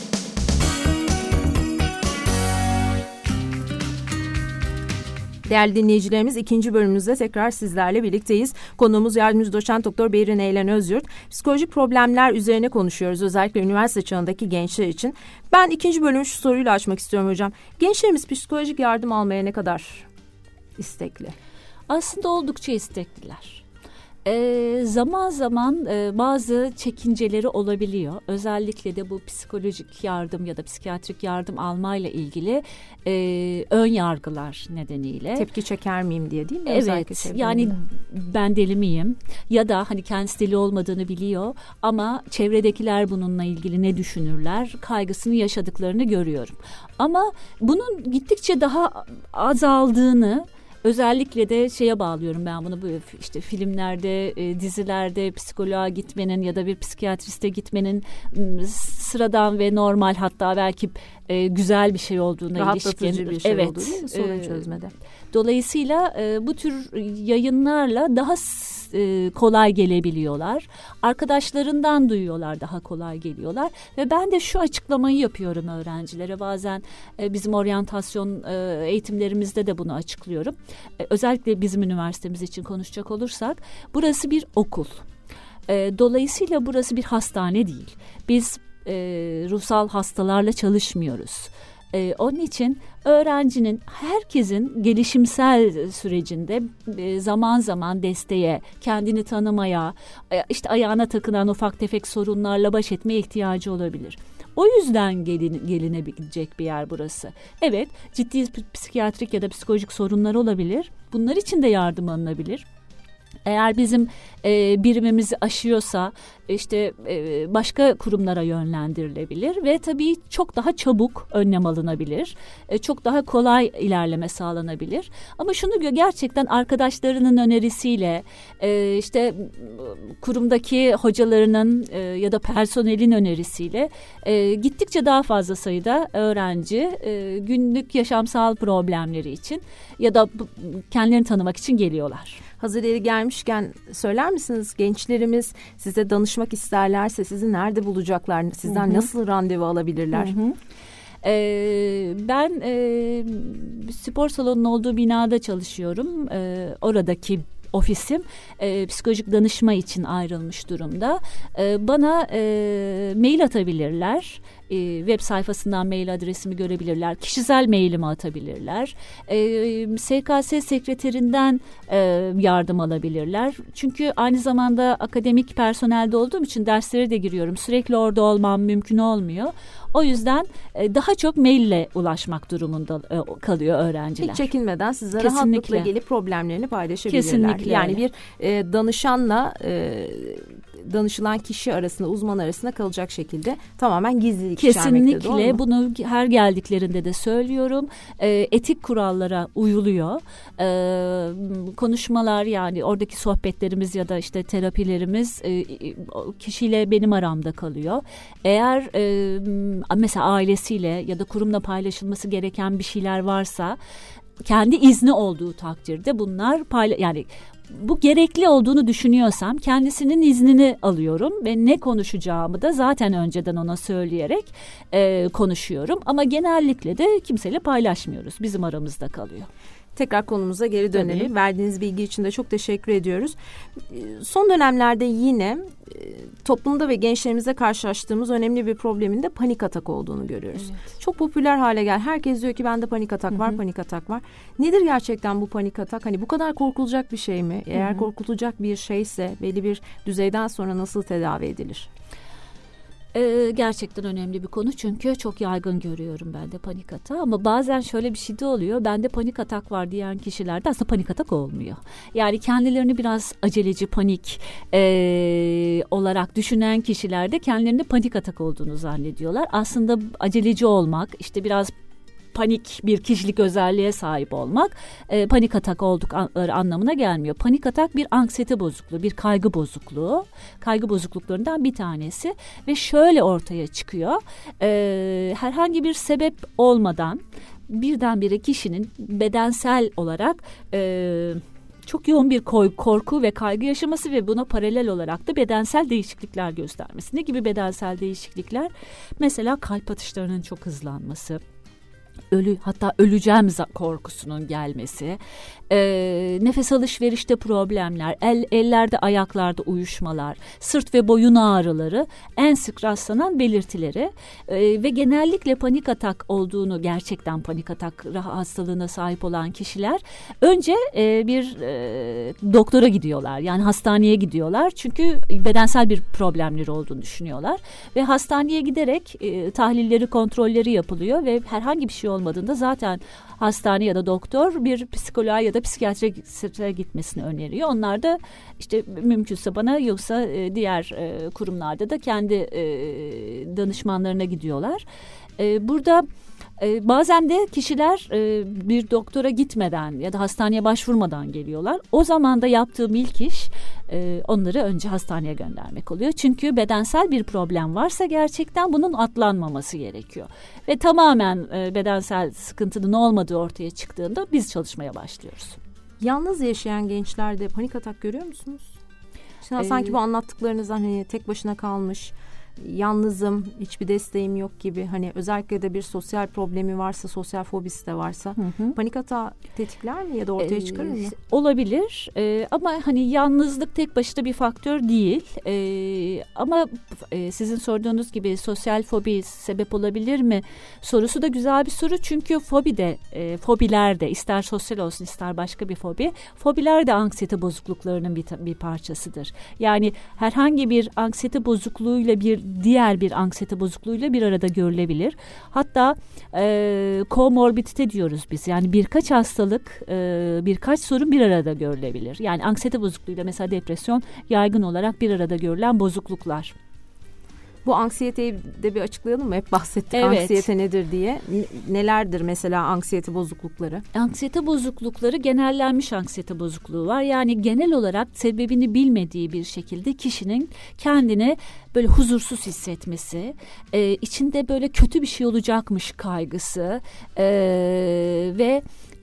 Değerli dinleyicilerimiz, ikinci bölümümüzde tekrar sizlerle birlikteyiz. Konuğumuz yardımcı doçent doktor Berrin Eylem Özyurt. Psikolojik problemler üzerine konuşuyoruz, özellikle üniversite çağındaki gençler için. Ben ikinci bölümü şu soruyla açmak istiyorum hocam. Gençlerimiz psikolojik yardım almaya ne kadar istekli? Aslında oldukça istekliler. Zaman zaman bazı çekinceleri olabiliyor. Özellikle de bu psikolojik yardım ya da psikiyatrik yardım almayla ilgili ön yargılar nedeniyle. Tepki çeker miyim diye, değil mi? Evet, yani ben deli miyim? Ya da hani kendisi deli olmadığını biliyor ama çevredekiler bununla ilgili ne düşünürler? Kaygısını yaşadıklarını görüyorum. Ama bunun gittikçe daha azaldığını, özellikle de şeye bağlıyorum ben bunu, böyle işte filmlerde, dizilerde psikoloğa gitmenin ya da bir psikiyatriste gitmenin sıradan ve normal, hatta belki güzel bir şey olduğuna rahatlatıcı ilişkin. Bir şey olduğu değil mi? Sorun çözmede. Dolayısıyla bu tür yayınlarla daha kolay gelebiliyorlar. Arkadaşlarından duyuyorlar, daha kolay geliyorlar. Ve ben de şu açıklamayı yapıyorum öğrencilere. Bazen bizim oryantasyon eğitimlerimizde de bunu açıklıyorum. Özellikle bizim üniversitemiz için konuşacak olursak, burası bir okul. Dolayısıyla burası bir hastane değil. Biz ruhsal hastalarla çalışmıyoruz. Onun için öğrencinin, herkesin gelişimsel sürecinde zaman zaman desteğe, kendini tanımaya, işte ayağına takılan ufak tefek sorunlarla baş etmeye ihtiyacı olabilir. O yüzden gelinebilecek bir yer burası. Evet, ciddi psikiyatrik ya da psikolojik sorunlar olabilir. Bunlar için de yardım alınabilir. Eğer bizim birimimizi aşıyorsa işte başka kurumlara yönlendirilebilir ve tabii çok daha çabuk önlem alınabilir. Çok daha kolay ilerleme sağlanabilir. Ama şunu gerçekten arkadaşlarının önerisiyle işte kurumdaki hocalarının ya da personelin önerisiyle gittikçe daha fazla sayıda öğrenci günlük yaşamsal problemleri için ya da kendilerini tanımak için geliyorlar. Hazır yeri gelmişken söyler misiniz, gençlerimiz size danışmak isterlerse sizi nerede bulacaklar? Sizden nasıl randevu alabilirler? Ben spor salonunun olduğu binada çalışıyorum. Oradaki ofisim psikolojik danışma için ayrılmış durumda. Bana mail atabilirler. Web sayfasından mail adresimi görebilirler. Kişisel mailimi atabilirler. SKS sekreterinden yardım alabilirler. Çünkü aynı zamanda akademik personelde olduğum için derslere de giriyorum. Sürekli orada olmam mümkün olmuyor. O yüzden daha çok maille ulaşmak durumunda kalıyor öğrenciler. Hiç çekinmeden size rahatlıkla gelip problemlerini paylaşabilirler. Kesinlikle. Yani bir danışanla danışılan kişi arasında, uzman arasında kalacak şekilde tamamen gizlilik içermekte. Kesinlikle. Bunu her geldiklerinde de söylüyorum. Etik kurallara uyuluyor. Konuşmalar, yani oradaki sohbetlerimiz ya da işte terapilerimiz kişiyle benim aramda kalıyor. Eğer mesela ailesiyle ya da kurumla paylaşılması gereken bir şeyler varsa, kendi izni olduğu takdirde bunlar yani bu gerekli olduğunu düşünüyorsam kendisinin iznini alıyorum ve ne konuşacağımı da zaten önceden ona söyleyerek konuşuyorum. Ama genellikle de kimseyle paylaşmıyoruz. Bizim aramızda kalıyor. Tekrar konumuza geri dönelim. Tabii. Verdiğiniz bilgi için de çok teşekkür ediyoruz. Son dönemlerde yine toplumda ve gençlerimizde karşılaştığımız önemli bir problemin de panik atak olduğunu görüyoruz. Evet. Çok popüler hale geldi. Herkes diyor ki bende panik atak var, panik atak var. Nedir gerçekten bu panik atak? Hani bu kadar korkulacak bir şey mi? Eğer korkulacak bir şeyse belli bir düzeyden sonra nasıl tedavi edilir? Gerçekten önemli bir konu, çünkü çok yaygın görüyorum ben de panik atağı. Ama bazen şöyle bir şey de oluyor, bende panik atak var diyen kişilerde aslında panik atak olmuyor. Yani kendilerini biraz aceleci, panik olarak düşünen kişilerde kendilerinde panik atak olduğunu zannediyorlar. Aslında aceleci olmak, işte biraz panik bir kişilik özelliğe sahip olmak panik atak oldukları anlamına gelmiyor. Panik atak bir anksiyete bozukluğu, bir kaygı bozukluğu. Kaygı bozukluklarından bir tanesi ve şöyle ortaya çıkıyor. Herhangi bir sebep olmadan birdenbire kişinin bedensel olarak çok yoğun bir korku ve kaygı yaşaması ve buna paralel olarak da bedensel değişiklikler göstermesi. Ne gibi bedensel değişiklikler? Mesela kalp atışlarının çok hızlanması, hatta öleceğim korkusunun gelmesi, nefes alışverişte problemler, ellerde ayaklarda uyuşmalar, sırt ve boyun ağrıları en sık rastlanan belirtileri ve genellikle panik atak olduğunu, gerçekten panik atak hastalığına sahip olan kişiler önce bir doktora gidiyorlar, yani hastaneye gidiyorlar, çünkü bedensel bir problemleri olduğunu düşünüyorlar ve hastaneye giderek tahlilleri, kontrolleri yapılıyor ve herhangi bir şey olmadığında zaten hastane ya da doktor bir psikoloğa ya da psikiyatriye gitmesini öneriyor. Onlar da işte mümkünse bana, yoksa diğer kurumlarda da kendi danışmanlarına gidiyorlar. Burada bazen de kişiler bir doktora gitmeden ya da hastaneye başvurmadan geliyorlar. O zaman da yaptığım ilk iş onları önce hastaneye göndermek oluyor. Çünkü bedensel bir problem varsa gerçekten bunun atlanmaması gerekiyor. Ve tamamen bedensel sıkıntının olmadığı ortaya çıktığında biz çalışmaya başlıyoruz. Yalnız yaşayan gençlerde panik atak görüyor musunuz? Sanki bu anlattıklarınızdan hani tek başına kalmış, yalnızım, hiçbir desteğim yok gibi, hani özellikle de bir sosyal problemi varsa, sosyal fobisi de varsa panik atağı tetikler mi ya da ortaya çıkarır mı? Olabilir ama hani yalnızlık tek başına bir faktör değil. Ama sizin sorduğunuz gibi sosyal fobi sebep olabilir mi sorusu da güzel bir soru. Çünkü fobiler de ister sosyal olsun ister başka bir fobiler de anksiyete bozukluklarının bir parçasıdır. Yani herhangi bir anksiyete bozukluğuyla diğer bir anksiyete bozukluğuyla bir arada görülebilir. Hatta komorbidite diyoruz biz. Yani birkaç hastalık, birkaç sorun bir arada görülebilir. Yani anksiyete bozukluğuyla mesela depresyon yaygın olarak bir arada görülen bozukluklar. Bu anksiyeteyi de bir açıklayalım mı? Hep bahsettik anksiyete nedir diye. Nelerdir mesela anksiyete bozuklukları? Anksiyete bozuklukları genellenmiş anksiyete bozukluğu var. Yani genel olarak sebebini bilmediği bir şekilde kişinin kendini böyle huzursuz hissetmesi, içinde böyle kötü bir şey olacakmış kaygısı ve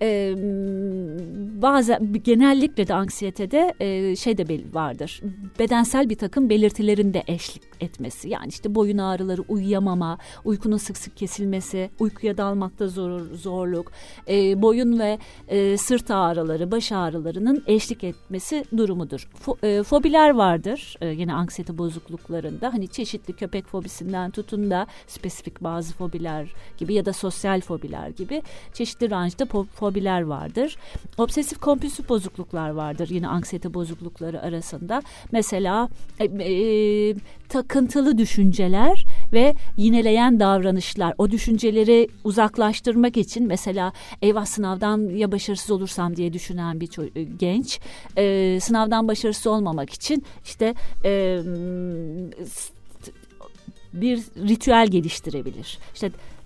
bazen genellikle de anksiyetede şey de vardır. Bedensel bir takım belirtilerin de eşlik etmesi. Yani işte boyun ağrıları, uyuyamama, uykunun sık sık kesilmesi, uykuya dalmakta zorluk, boyun ve sırt ağrıları, baş ağrılarının eşlik etmesi durumudur. Fobiler vardır yine anksiyete bozukluklarında. Hani çeşitli köpek fobisinden tutun da spesifik bazı fobiler gibi ya da sosyal fobiler gibi çeşitli ranjda fobiler vardır. Obsesif kompulsif bozukluklar vardır yine anksiyete bozuklukları arasında. Mesela takıntılı düşünceler ve yineleyen davranışlar. O düşünceleri uzaklaştırmak için mesela eyvah sınavdan ya başarısız olursam diye düşünen bir genç sınavdan başarısız olmamak için işte bir ritüel geliştirebilir. İşte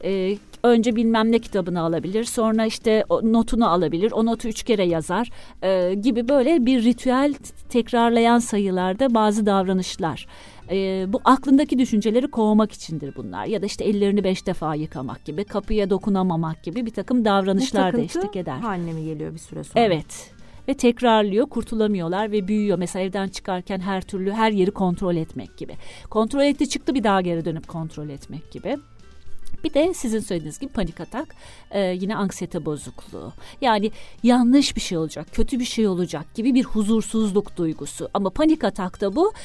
önce bilmem ne kitabını alabilir, sonra işte notunu alabilir, o notu 3 kere yazar gibi böyle bir ritüel tekrarlayan sayılarda bazı davranışlar. Bu aklındaki düşünceleri kovmak içindir bunlar. Ya da işte ellerini 5 defa yıkamak gibi, kapıya dokunamamak gibi bir takım davranışlar da eşlik eder. Haline mi geliyor bir süre sonra? Evet. Ve tekrarlıyor, kurtulamıyorlar ve büyüyor. Mesela evden çıkarken her yeri kontrol etmek gibi. Kontrol etti çıktı bir daha geri dönüp kontrol etmek gibi. Bir de sizin söylediğiniz gibi panik atak, yine anksiyete bozukluğu. Yani yanlış bir şey olacak, kötü bir şey olacak gibi bir huzursuzluk duygusu. Ama panik atakta bu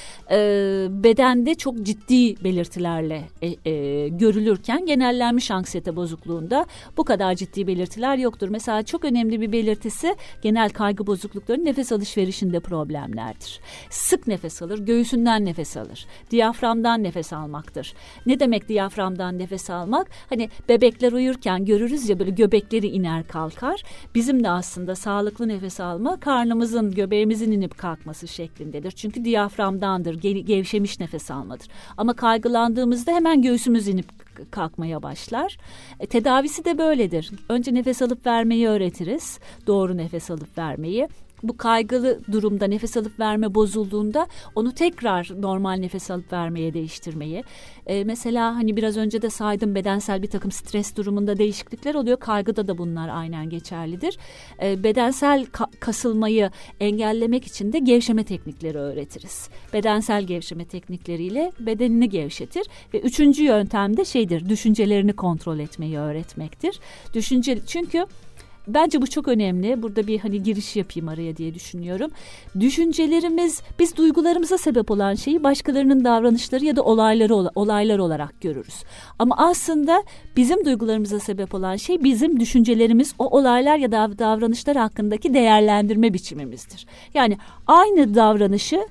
bedende çok ciddi belirtilerle görülürken genellenmiş anksiyete bozukluğunda bu kadar ciddi belirtiler yoktur. Mesela çok önemli bir belirtisi genel kaygı bozukluklarının nefes alışverişinde problemlerdir. Sık nefes alır, göğsünden nefes alır, diyaframdan nefes almaktır. Ne demek diyaframdan nefes almak? Hani bebekler uyurken görürüz ya böyle göbekleri iner kalkar. Bizim de aslında sağlıklı nefes alma karnımızın, göbeğimizin inip kalkması şeklindedir. Çünkü diyaframdandır, gevşemiş nefes almadır. Ama kaygılandığımızda hemen göğsümüz inip kalkmaya başlar. Tedavisi de böyledir. Önce nefes alıp vermeyi öğretiriz. Doğru nefes alıp vermeyi. Bu kaygılı durumda nefes alıp verme bozulduğunda onu tekrar normal nefes alıp vermeye değiştirmeyi. Mesela hani biraz önce de saydım bedensel bir takım stres durumunda değişiklikler oluyor. Kaygıda da bunlar aynen geçerlidir. Bedensel kasılmayı engellemek için de gevşeme teknikleri öğretiriz. Bedensel gevşeme teknikleriyle bedenini gevşetir. Ve 3. yöntem de düşüncelerini kontrol etmeyi öğretmektir. Çünkü bence bu çok önemli. Burada bir giriş yapayım araya diye düşünüyorum. Düşüncelerimiz, biz duygularımıza sebep olan şeyi başkalarının davranışları ya da olaylar olarak görürüz. Ama aslında bizim duygularımıza sebep olan şey bizim düşüncelerimiz, o olaylar ya da davranışlar hakkındaki değerlendirme biçimimizdir. Yani aynı davranışı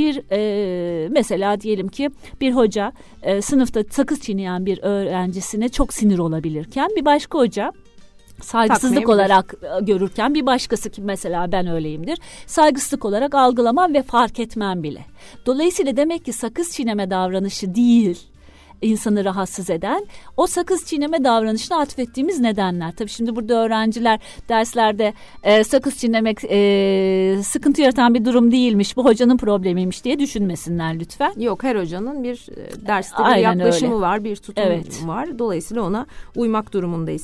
mesela diyelim ki bir hoca sınıfta sakız çiğneyen bir öğrencisine çok sinir olabilirken bir başka hoca saygısızlık olarak görürken bir başkası ki mesela ben öyleyimdir. Saygısızlık olarak algılamam ve fark etmem bile. Dolayısıyla demek ki sakız çiğneme davranışı değil insanı rahatsız eden, o sakız çiğneme davranışına atfettiğimiz nedenler. Tabii şimdi burada öğrenciler derslerde sakız çiğnemek sıkıntı yaratan bir durum değilmiş, bu hocanın problemiymiş diye düşünmesinler lütfen. Yok, her hocanın bir derste bir yaklaşımı var, bir tutum var. Dolayısıyla ona uymak durumundayız.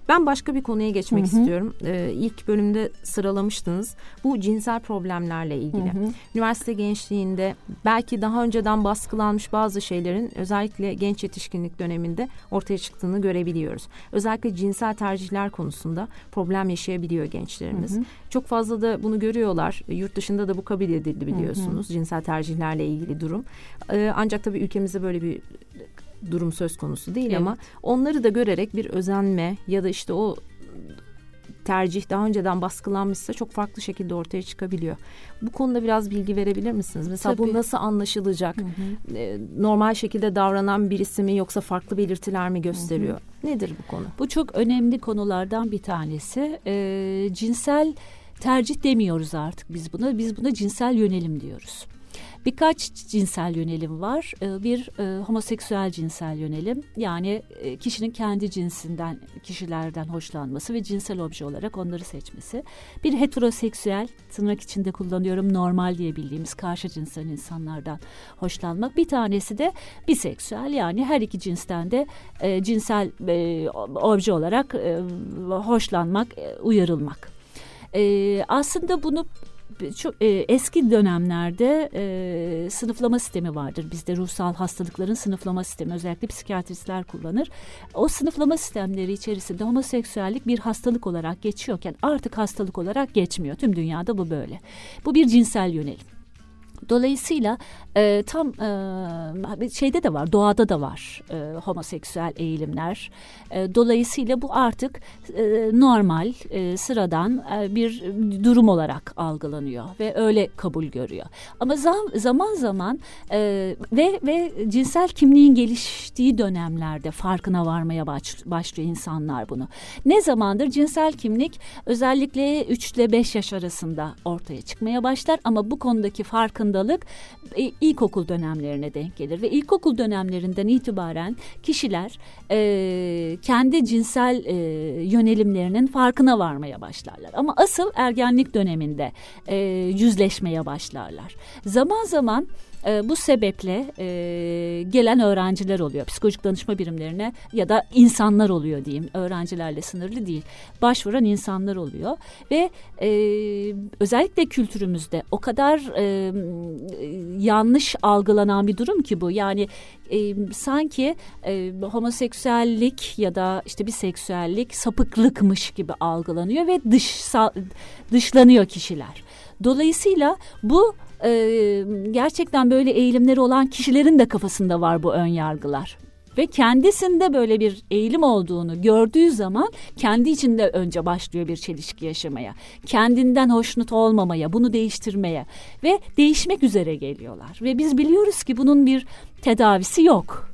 Ben başka bir konuya geçmek istiyorum. İlk bölümde sıralamıştınız. Bu cinsel problemlerle ilgili. Üniversite gençliğinde belki daha önceden baskılanmış bazı şeylerin özellikle genç yetişkinlik döneminde ortaya çıktığını görebiliyoruz. Özellikle cinsel tercihler konusunda problem yaşayabiliyor gençlerimiz. Çok fazla da bunu görüyorlar. Yurt dışında da bu kabul edildi biliyorsunuz. Cinsel tercihlerle ilgili durum. Ancak tabii ülkemizde böyle bir durum söz konusu değil ama onları da görerek bir özenme ya da işte o tercih daha önceden baskılanmışsa çok farklı şekilde ortaya çıkabiliyor. Bu konuda biraz bilgi verebilir misiniz? Mesela bu nasıl anlaşılacak? Normal şekilde davranan birisi mi yoksa farklı belirtiler mi gösteriyor? Nedir bu konu? Bu çok önemli konulardan bir tanesi. Cinsel tercih demiyoruz artık biz buna. Biz buna cinsel yönelim diyoruz. Birkaç cinsel yönelim var. Bir homoseksüel cinsel yönelim, yani kişinin kendi cinsinden, kişilerden hoşlanması ve cinsel obje olarak onları seçmesi. Bir heteroseksüel, tırnak içinde kullanıyorum, normal diye bildiğimiz karşı cinsel insanlardan hoşlanmak. Bir tanesi de biseksüel, yani her iki cinsten de cinsel obje olarak hoşlanmak, uyarılmak. Aslında bunu çok eski dönemlerde sınıflama sistemi vardır. Bizde ruhsal hastalıkların sınıflama sistemi, özellikle psikiyatristler kullanır. O sınıflama sistemleri içerisinde homoseksüellik bir hastalık olarak geçiyorken artık hastalık olarak geçmiyor. Tüm dünyada bu böyle. Bu bir cinsel yönelim. Dolayısıyla tam şeyde de var, doğada da var homoseksüel eğilimler. Dolayısıyla bu artık normal, sıradan bir durum olarak algılanıyor ve öyle kabul görüyor. Ama zaman zaman ve cinsel kimliğin geliştiği dönemlerde farkına varmaya başlıyor insanlar bunu. Ne zamandır? Cinsel kimlik özellikle 3 ile 5 yaş arasında ortaya çıkmaya başlar ama bu konudaki farkındalık ilkokul dönemlerine denk gelir ve ilkokul dönemlerinden itibaren kişiler kendi cinsel yönelimlerinin farkına varmaya başlarlar. Ama asıl ergenlik döneminde yüzleşmeye başlarlar. Zaman zaman bu sebeple gelen öğrenciler oluyor. Psikolojik danışma birimlerine ya da insanlar oluyor diyeyim. Öğrencilerle sınırlı değil. Başvuran insanlar oluyor. Ve özellikle kültürümüzde o kadar yanlış algılanan bir durum ki bu. Yani sanki homoseksüellik ya da işte biseksüellik sapıklıkmış gibi algılanıyor ve dışlanıyor kişiler. Dolayısıyla bu gerçekten böyle eğilimleri olan kişilerin de kafasında var bu ön yargılar. Ve kendisinde böyle bir eğilim olduğunu gördüğü zaman kendi içinde önce başlıyor bir çelişki yaşamaya. Kendinden hoşnut olmamaya, bunu değiştirmeye ve değişmek üzere geliyorlar. Ve biz biliyoruz ki bunun bir tedavisi yok.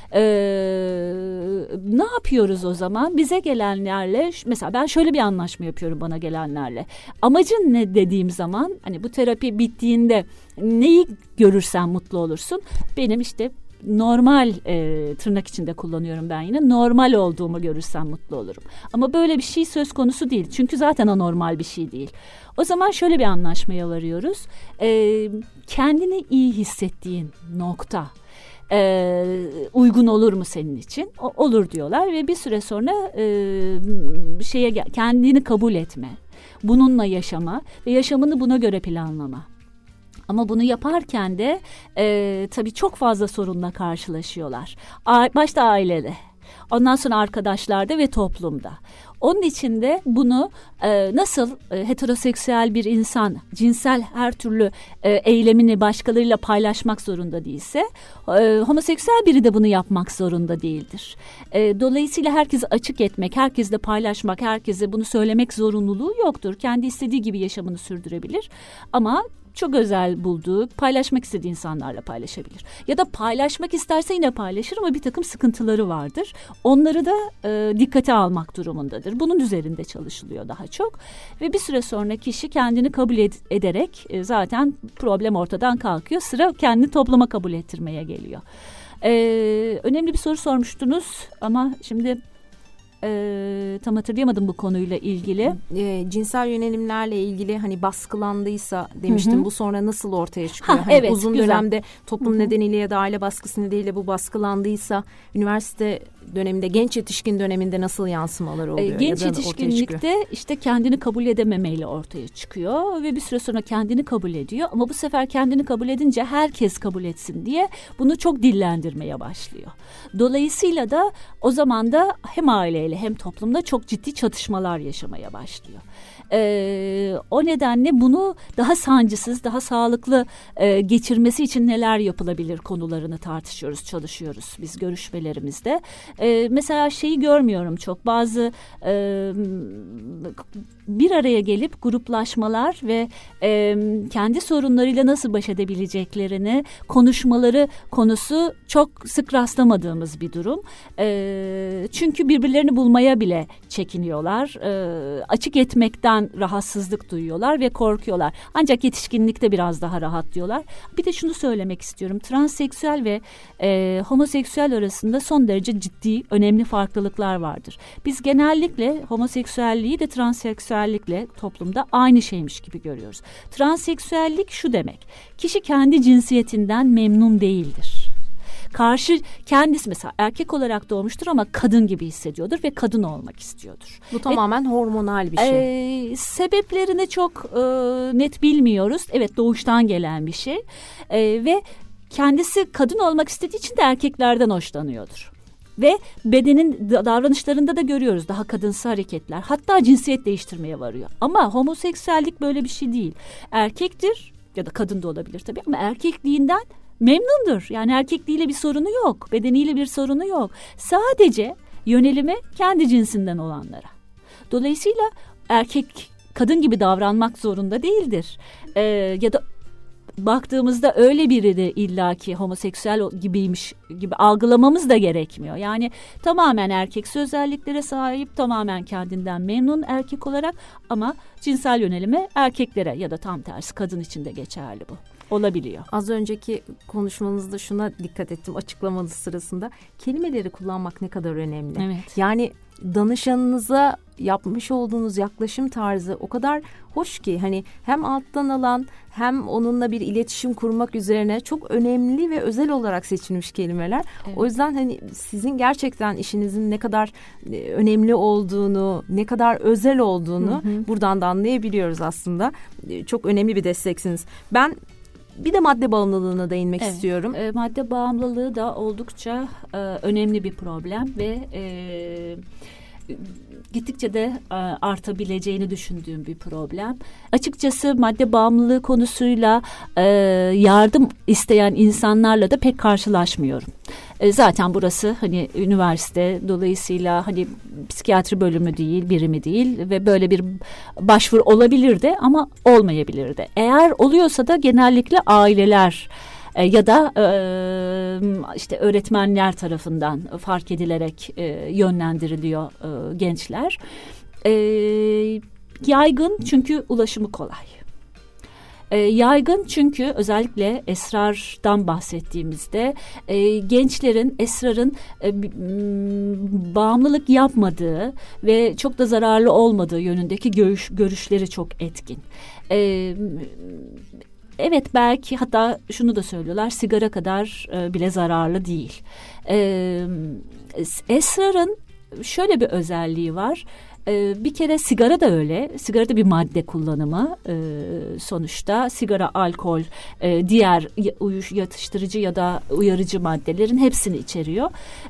Ne yapıyoruz o zaman? Bize gelenlerle, mesela ben şöyle bir anlaşma yapıyorum bana gelenlerle. Amacın ne dediğim zaman, hani bu terapi bittiğinde neyi görürsen mutlu olursun. Benim işte normal, tırnak içinde kullanıyorum ben yine, normal olduğumu görürsem mutlu olurum. Ama böyle bir şey söz konusu değil. Çünkü zaten anormal bir şey değil. O zaman şöyle bir anlaşmaya varıyoruz. Kendini iyi hissettiğin nokta uygun olur mu senin için? Olur diyorlar ve bir süre sonra kendini kabul etme, bununla yaşama ve yaşamını buna göre planlama. Ama bunu yaparken de tabii çok fazla sorunla karşılaşıyorlar. Başta ailede, ondan sonra arkadaşlarda ve toplumda. Onun için de bunu nasıl heteroseksüel bir insan cinsel her türlü eylemini başkalarıyla paylaşmak zorunda değilse, homoseksüel biri de bunu yapmak zorunda değildir. Dolayısıyla herkesi açık etmek, herkesle paylaşmak, herkese bunu söylemek zorunluluğu yoktur. Kendi istediği gibi yaşamını sürdürebilir ama çok özel bulduğu, paylaşmak istediği insanlarla paylaşabilir. Ya da paylaşmak isterse yine paylaşır ama bir takım sıkıntıları vardır. Onları da dikkate almak durumundadır. Bunun üzerinde çalışılıyor daha çok. Ve bir süre sonra kişi kendini kabul ederek zaten problem ortadan kalkıyor. Sıra kendini topluma kabul ettirmeye geliyor. Önemli bir soru sormuştunuz ama şimdi tam hatırlayamadım bu konuyla ilgili. Cinsel yönelimlerle ilgili hani baskılandıysa demiştim. Hı-hı. Bu sonra nasıl ortaya çıkıyor? Hani evet, uzun güzel. Dönemde toplum Hı-hı. nedeniyle ya da aile baskısı nedeniyle bu baskılandıysa üniversite döneminde, genç yetişkin döneminde nasıl yansımaları oluyor? Genç yetişkinlikte işte kendini kabul edememeyle ortaya çıkıyor ve bir süre sonra kendini kabul ediyor. Ama bu sefer kendini kabul edince herkes kabul etsin diye bunu çok dillendirmeye başlıyor. Dolayısıyla da o zaman da hem aileyle hem toplumda çok ciddi çatışmalar yaşamaya başlıyor. O nedenle bunu daha sancısız, daha sağlıklı geçirmesi için neler yapılabilir konularını tartışıyoruz, çalışıyoruz biz görüşmelerimizde. Mesela şeyi görmüyorum çok, bazı bir araya gelip gruplaşmalar ve kendi sorunlarıyla nasıl baş edebileceklerini konuşmaları konusu çok sık rastlamadığımız bir durum. Çünkü birbirlerini bulmaya bile çekiniyorlar. Açık etmekten rahatsızlık duyuyorlar ve korkuyorlar. Ancak yetişkinlikte biraz daha rahat diyorlar. Bir de şunu söylemek istiyorum. Transseksüel ve homoseksüel arasında son derece ciddi, önemli farklılıklar vardır. Biz genellikle homoseksüelliği de transseksüellikle toplumda aynı şeymiş gibi görüyoruz. Transseksüellik şu demek: kişi kendi cinsiyetinden memnun değildir. Karşı kendisi mesela erkek olarak doğmuştur ama kadın gibi hissediyordur ve kadın olmak istiyordur. Bu tamamen hormonal bir şey. Sebeplerini çok net bilmiyoruz. Evet, doğuştan gelen bir şey. Ve kendisi kadın olmak istediği için de erkeklerden hoşlanıyordur. Ve bedenin davranışlarında da görüyoruz daha kadınsı hareketler. Hatta cinsiyet değiştirmeye varıyor. Ama homoseksüellik böyle bir şey değil. Erkektir ya da kadın da olabilir tabii ama erkekliğinden memnundur. Yani erkekliğiyle bir sorunu yok. Bedeniyle bir sorunu yok. Sadece yönelimi kendi cinsinden olanlara. Dolayısıyla erkek kadın gibi davranmak zorunda değildir. Ya da baktığımızda öyle biri de illaki homoseksüel gibiymiş gibi algılamamız da gerekmiyor. Yani tamamen erkeksi özelliklere sahip, tamamen kendinden memnun erkek olarak ama cinsel yönelimi erkeklere ya da tam tersi kadın için de geçerli bu. Olabiliyor. Az önceki konuşmanızda şuna dikkat ettim, açıklamanız sırasında. Kelimeleri kullanmak ne kadar önemli. Evet. Yani danışanınıza yapmış olduğunuz yaklaşım tarzı o kadar hoş ki hani hem alttan alan hem onunla bir iletişim kurmak üzerine çok önemli ve özel olarak seçilmiş kelimeler. Evet. O yüzden hani sizin gerçekten işinizin ne kadar önemli olduğunu, ne kadar özel olduğunu buradan da anlayabiliyoruz aslında. Çok önemli bir desteksiniz. Ben bir de madde bağımlılığına değinmek istiyorum. Madde bağımlılığı da oldukça önemli bir problem ve gittikçe de artabileceğini düşündüğüm bir problem. Açıkçası madde bağımlılığı konusuyla yardım isteyen insanlarla da pek karşılaşmıyorum. Zaten burası hani üniversite, dolayısıyla hani psikiyatri bölümü değil, birimi değil ve böyle bir başvuru olabilir de ama olmayabilir de. Eğer oluyorsa da genellikle aileler ya da işte öğretmenler tarafından fark edilerek yönlendiriliyor gençler. Yaygın çünkü ulaşımı kolay. Yaygın çünkü özellikle esrardan bahsettiğimizde gençlerin esrarın bağımlılık yapmadığı ve çok da zararlı olmadığı yönündeki görüşleri çok etkin. Evet, belki hatta şunu da söylüyorlar, sigara kadar bile zararlı değil. Esrarın şöyle bir özelliği var. Bir kere sigara da öyle. Sigara da bir madde kullanımı sonuçta. Sigara, alkol, diğer yatıştırıcı ya da uyarıcı maddelerin hepsini içeriyor.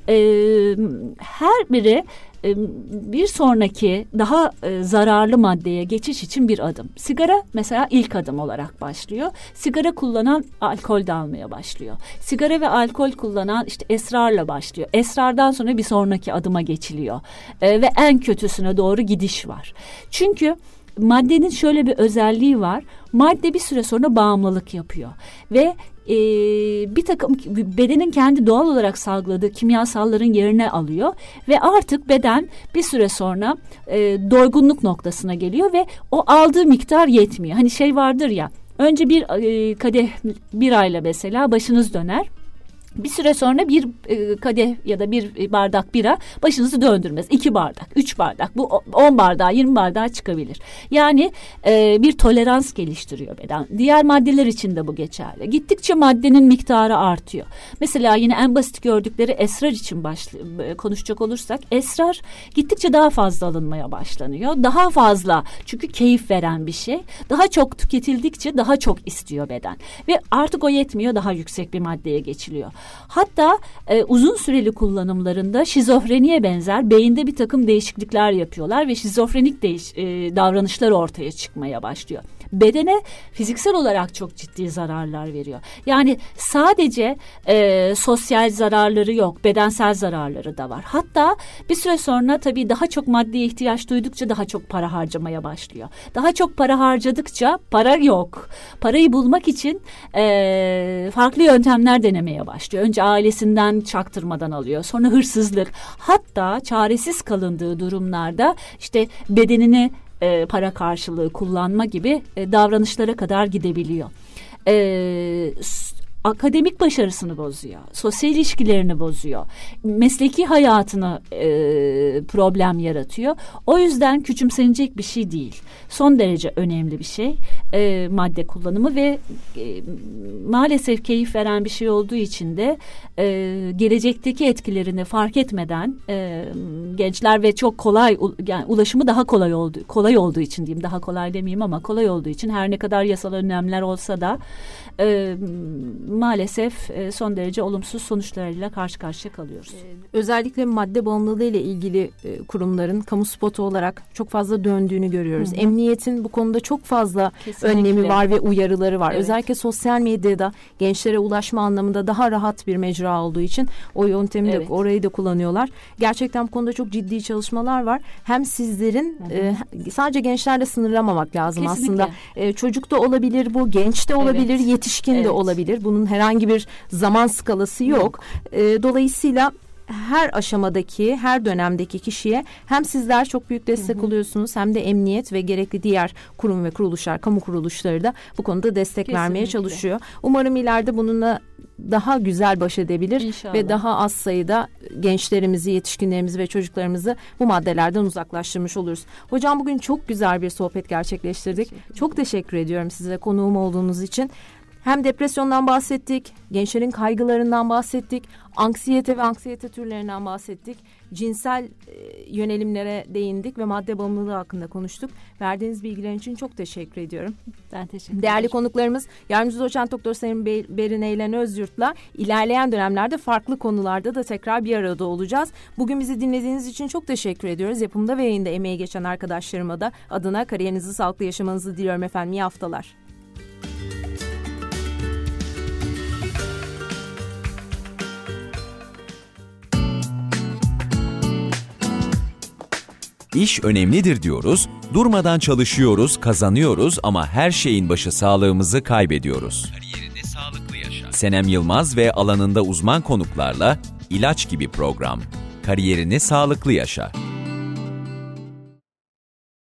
Her biri bir sonraki daha zararlı maddeye geçiş için bir adım. Sigara mesela ilk adım olarak başlıyor. Sigara kullanan alkol de almaya başlıyor. Sigara ve alkol kullanan işte esrarla başlıyor. Esrardan sonra bir sonraki adıma geçiliyor. Ve en kötüsüne doğru gidiş var. Çünkü maddenin şöyle bir özelliği var. Madde bir süre sonra bağımlılık yapıyor. Ve bir takım bedenin kendi doğal olarak salgıladığı kimyasalların yerine alıyor ve artık beden bir süre sonra doygunluk noktasına geliyor ve o aldığı miktar yetmiyor. Hani şey vardır ya, önce bir kadeh birayla mesela başınız döner. Bir süre sonra bir kadeh ya da bir bardak bira başınızı döndürmez. 2 bardak, 3 bardak, bu 10 bardağa, 20 bardağa çıkabilir. Yani bir tolerans geliştiriyor beden. Diğer maddeler için de bu geçerli. Gittikçe maddenin miktarı artıyor. Mesela yine en basit gördükleri esrar için konuşacak olursak, esrar gittikçe daha fazla alınmaya başlanıyor. Daha fazla, çünkü keyif veren bir şey. Daha çok tüketildikçe daha çok istiyor beden. Ve artık o yetmiyor, daha yüksek bir maddeye geçiliyor. Hatta uzun süreli kullanımlarında şizofreniye benzer beyinde bir takım değişiklikler yapıyorlar ve şizofrenik davranışlar ortaya çıkmaya başlıyor. Bedene fiziksel olarak çok ciddi zararlar veriyor. Yani sadece sosyal zararları yok, bedensel zararları da var. Hatta bir süre sonra tabii daha çok maddeye ihtiyaç duydukça daha çok para harcamaya başlıyor. Daha çok para harcadıkça para yok. Parayı bulmak için farklı yöntemler denemeye başlıyor. Önce ailesinden çaktırmadan alıyor. Sonra hırsızlık. Hatta çaresiz kalındığı durumlarda işte bedenini para karşılığı kullanma gibi davranışlara kadar gidebiliyor. Akademik başarısını bozuyor, sosyal ilişkilerini bozuyor, mesleki hayatına problem yaratıyor. O yüzden küçümsenecek bir şey değil. Son derece önemli bir şey madde kullanımı ve maalesef keyif veren bir şey olduğu için de gelecekteki etkilerini fark etmeden gençler ve çok kolay, yani ulaşımı daha kolay olduğu için diyeyim, daha kolay demeyeyim ama kolay olduğu için, her ne kadar yasal önlemler olsa da maalesef son derece olumsuz sonuçlarıyla karşı karşıya kalıyoruz. Özellikle madde bağımlılığı ile ilgili kurumların kamu spotu olarak çok fazla döndüğünü görüyoruz. Hı hı. Emniyetin bu konuda çok fazla önlemi var ve uyarıları var. Evet. Özellikle sosyal medyada gençlere ulaşma anlamında daha rahat bir mecra olduğu için o yöntemi de, orayı da kullanıyorlar. Gerçekten bu konuda çok ciddi çalışmalar var. Hem sizlerin sadece gençlerle sınırlamamak lazım. Kesinlikle. Aslında. Çocuk da olabilir bu, genç de olabilir, yetişkin de olabilir. Bunun herhangi bir zaman skalası yok. Dolayısıyla her aşamadaki, her dönemdeki kişiye hem sizler çok büyük destek oluyorsunuz, hem de emniyet ve gerekli diğer kurum ve kuruluşlar, kamu kuruluşları da bu konuda destek vermeye çalışıyor. Umarım ileride bununla daha güzel baş edebilir. İnşallah. Ve daha az sayıda gençlerimizi, yetişkinlerimizi ve çocuklarımızı bu maddelerden uzaklaştırmış oluruz. Hocam, bugün çok güzel bir sohbet gerçekleştirdik. Çok teşekkür ediyorum size konuğum olduğunuz için. Hem depresyondan bahsettik, gençlerin kaygılarından bahsettik, anksiyete ve anksiyete türlerinden bahsettik, cinsel yönelimlere değindik ve madde bağımlılığı hakkında konuştuk. Verdiğiniz bilgiler için çok teşekkür ediyorum. Ben teşekkür ederim. Değerli konuklarımız, yardımcı doçent doktor Sayın Berin Eylem Özyurt'la ilerleyen dönemlerde farklı konularda da tekrar bir arada olacağız. Bugün bizi dinlediğiniz için çok teşekkür ediyoruz. Yapımda ve yayında emeği geçen arkadaşlarıma da adına kariyerinizi sağlıklı yaşamanızı diliyorum efendim. İyi haftalar. İş önemlidir diyoruz, durmadan çalışıyoruz, kazanıyoruz ama her şeyin başı sağlığımızı kaybediyoruz. Kariyerinde sağlıklı yaşa. Senem Yılmaz ve alanında uzman konuklarla ilaç gibi program. Kariyerini sağlıklı yaşa.